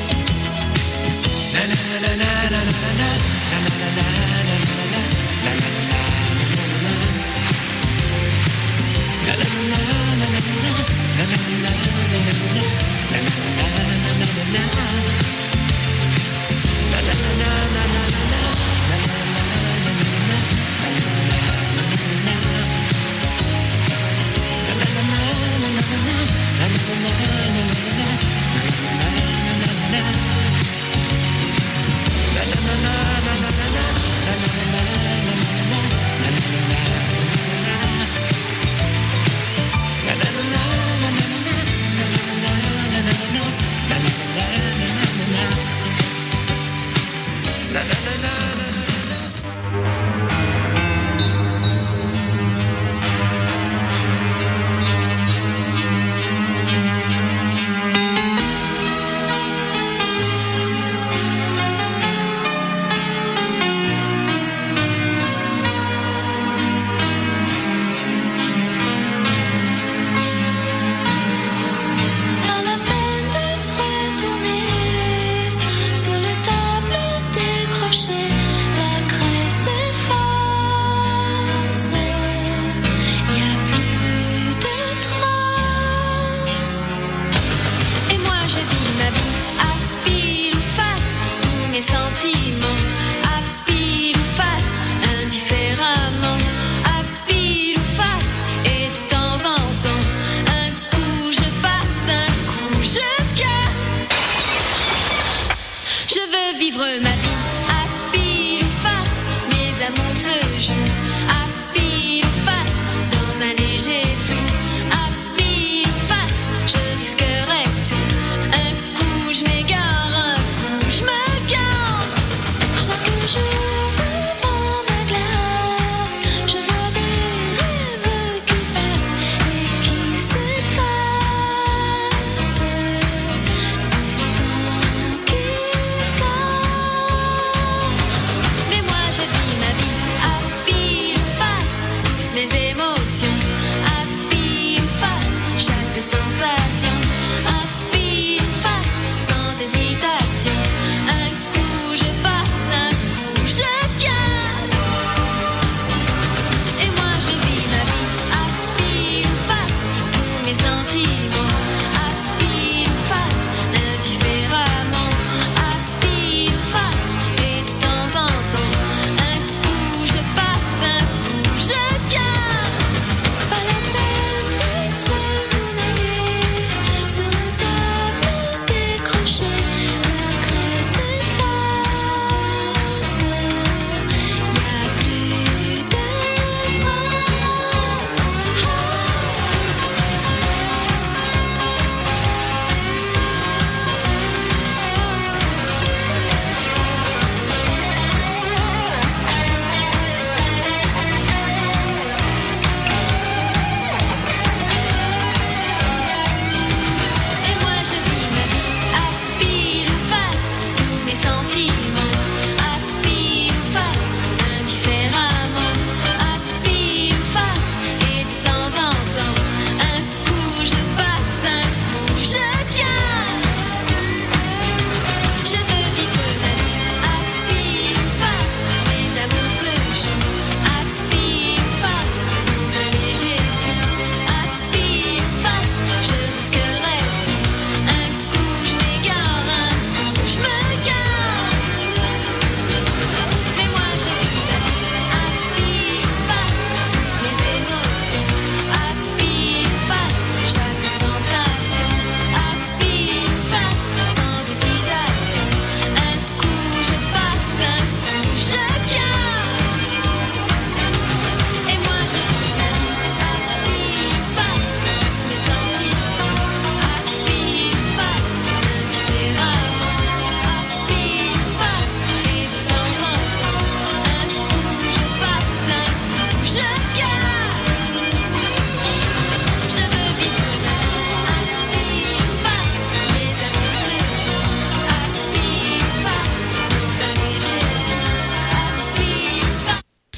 F: vivre ma vie à pile ou face. Mes amours se jouent à pile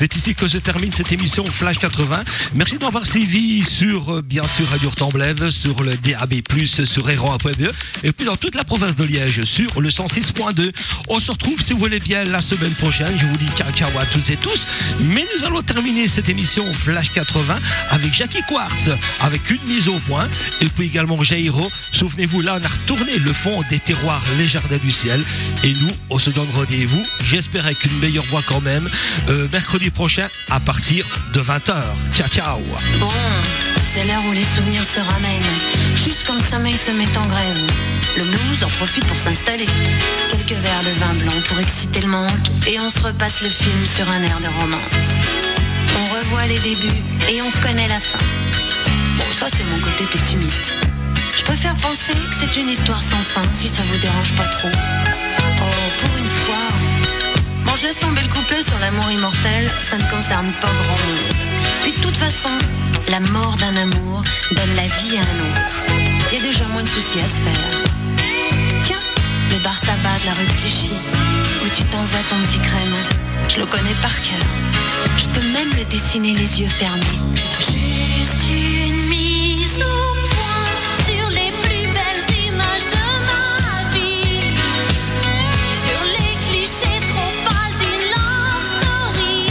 D: C'est ici que se termine cette émission Flash quatre-vingts. Merci d'avoir suivi sur, euh, bien sûr, Radio Hortenblève, sur le D A B plus, sur Héron point B E, et puis dans toute la province de Liège, sur le cent six point deux. On se retrouve, si vous voulez bien, la semaine prochaine. Je vous dis ciao, ciao à tous et tous. Mais nous allons terminer cette émission Flash quatre-vingts avec Jackie Quartz, avec une mise au point, et puis également Jairo. Souvenez-vous, là, on a retourné le fond des terroirs, les jardins du ciel, et nous, on se donne rendez-vous, j'espère avec une meilleure voix quand même, euh, mercredi prochain à partir de vingt heures. Ciao, ciao.
I: Bon, c'est l'heure où les souvenirs se ramènent, juste quand le sommeil se met en graine. Le blues en profite pour s'installer. Quelques verres de vin blanc pour exciter le manque, et on se repasse le film sur un air de romance. On revoit les débuts et on connaît la fin. Bon, ça c'est mon côté pessimiste. Je préfère penser que c'est une histoire sans fin, si ça vous dérange pas trop. Oh, pour une fois. Bon, je laisse tomber le couplet sur l'amour immortel, ça ne concerne pas grand monde. Puis de toute façon, la mort d'un amour donne la vie à un autre. Il y a déjà moins de soucis à se faire. Tiens, le bar tabac de la rue de Clichy, où tu t'envoies ton petit crème, je le connais par cœur. Je peux même le dessiner les yeux fermés. Juste une mise au point sur les plus belles images de ma vie, sur les clichés trop pâles d'une love story,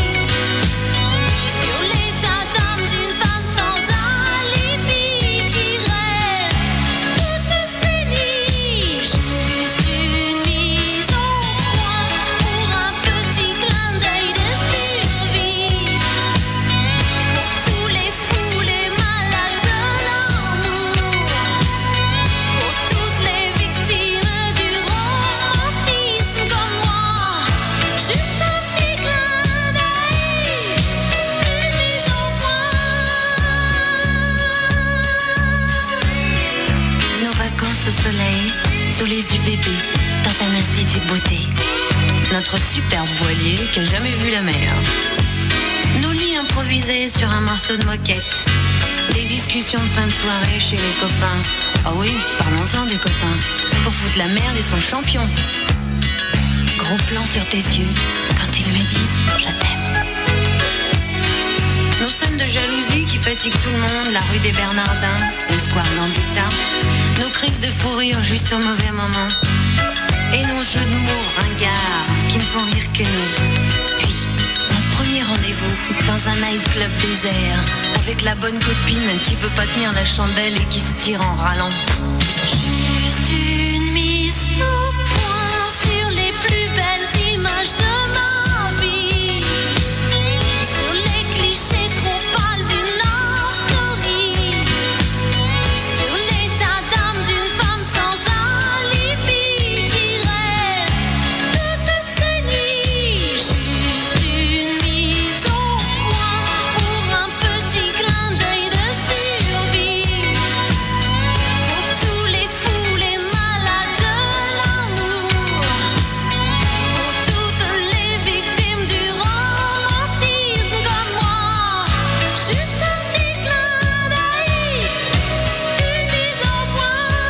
I: sur l'état d'âme d'une femme sans alibi qui rêve toutes ses nuits. Juste une mise au point pour un petit clin d'œil de survie, pour tous les fous, les malades de l'amour, pour toutes les victimes du romantisme comme moi. Juste un petit clin d'œil, une mise au point. Nos vacances au soleil, sous les U V B, dans un institut de beauté. Notre superbe voilier qui a jamais vu la mer. Nos lits improvisés sur un morceau de moquette. Les discussions de fin de soirée chez les copains. Ah oui, parlons-en des copains. Pour foutre la merde et son champion. Gros plan sur tes yeux quand ils me disent je t'aime. Nos scènes de jalousie qui fatiguent tout le monde. La rue des Bernardins, le square Gambetta. Nos crises de fou rire juste au mauvais moment. Et nos jeux de mots ringards qui ne font rire que nous. Puis, notre premier rendez-vous dans un nightclub désert, avec la bonne copine qui veut pas tenir la chandelle et qui se tire en râlant. Juste une mise au point sur les plus belles images de ma vie, sur les clichés trop pâles d'une love story, sur l'état d'âme d'une femme sans alibi qui rêve toutes ses nuits. Juste une mise au point pour un petit clin d'œil de survie, pour tous les fous, les malades de l'amour, pour toutes les victimes du romantisme comme moi. Juste un petit clin d'œil, une mise au point.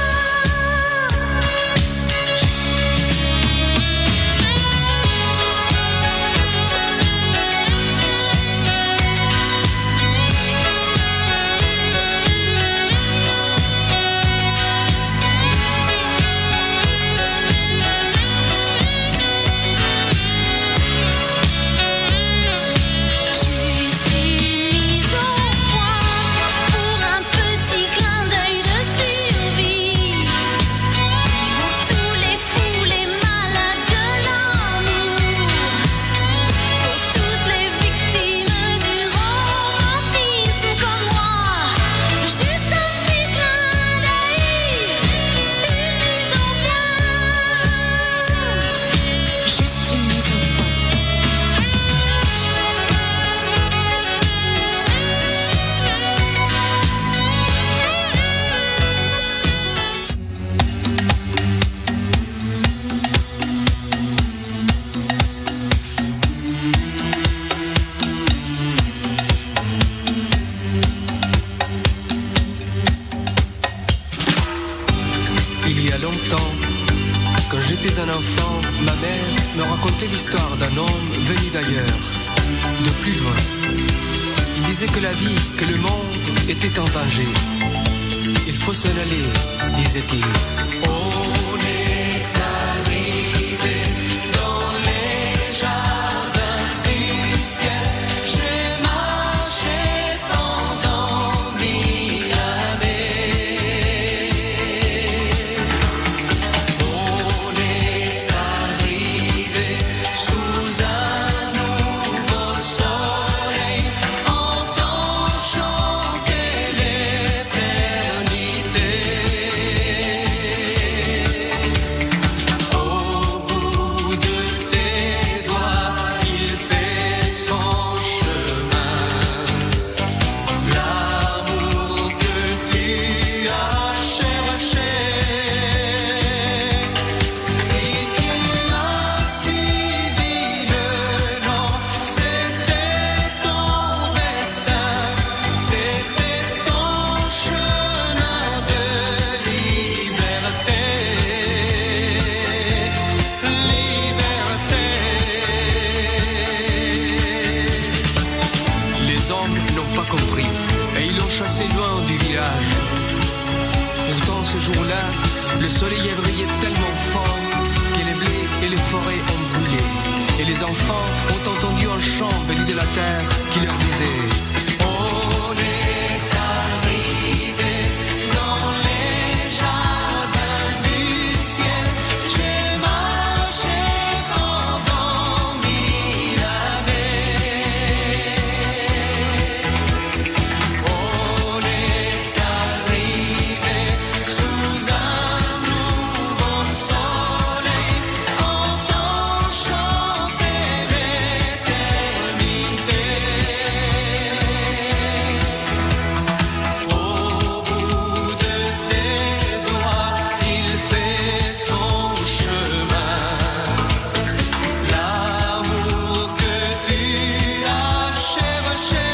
I: Juste une mise au point pour un petit clin d'œil de survie, pour tous les fous, les malades de l'amour, pour toutes les victimes du romantisme comme moi. Juste un petit clin d'œil, une mise au point. Juste une mise au point.
H: Il y a longtemps, quand j'étais un enfant, ma mère me racontait l'histoire d'un homme venu d'ailleurs. de plus loin. Il disait que la vie, que le monde était en danger. Il faut s'en aller, disait-il. On est arrivé dans les jardins du ciel. J'ai marché pendant mille années. On est arrivé sous un nouveau soleil, entend chanter l'éternité. Au bout de tes doigts, il fait son chemin. L'amour que tu as cherché. Si tu as suivi le nom, c'était ton destin, c'était ton chemin de liberté. Liberté. Les hommes n'ont pas compris et ils l'ont chassé loin du village. Pourtant ce jour-là, le soleil a brillé tellement fort que les blés et les forêts ont brûlé. Et les enfants ont entendu un chant venu de la terre qui leur disait: on est arrivé dans les jardins du ciel. J'ai marché pendant mille années. On est arrivé sous un nouveau soleil, entend chanter l'éternité. Au bout de tes doigts, il fait son chemin. L'amour que tu as cherché.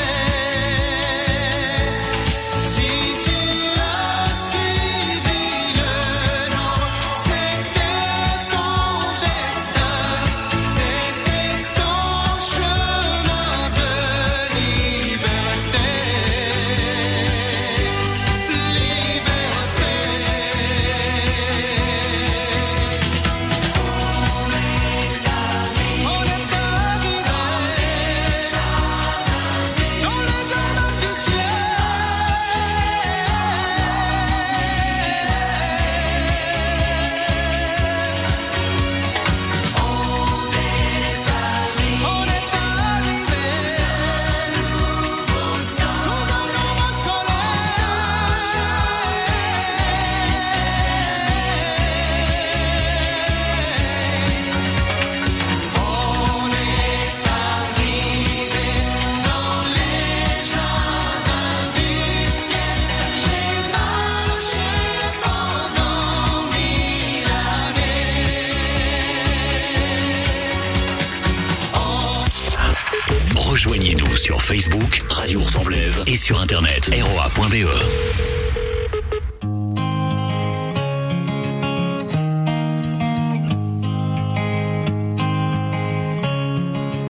H: Si tu as suivi le nom, c'était ton destin, c'était ton chemin de liberté. Liberté. On est arrivé dans les jardins du ciel. On est arrivé sous un nouveau soleil. On est arrivé dans les jardins du ciel. J'ai marché pendant mille années.
A: Rejoignez-nous sur Facebook, Radio Hurtemblève et sur internet R O A point B E.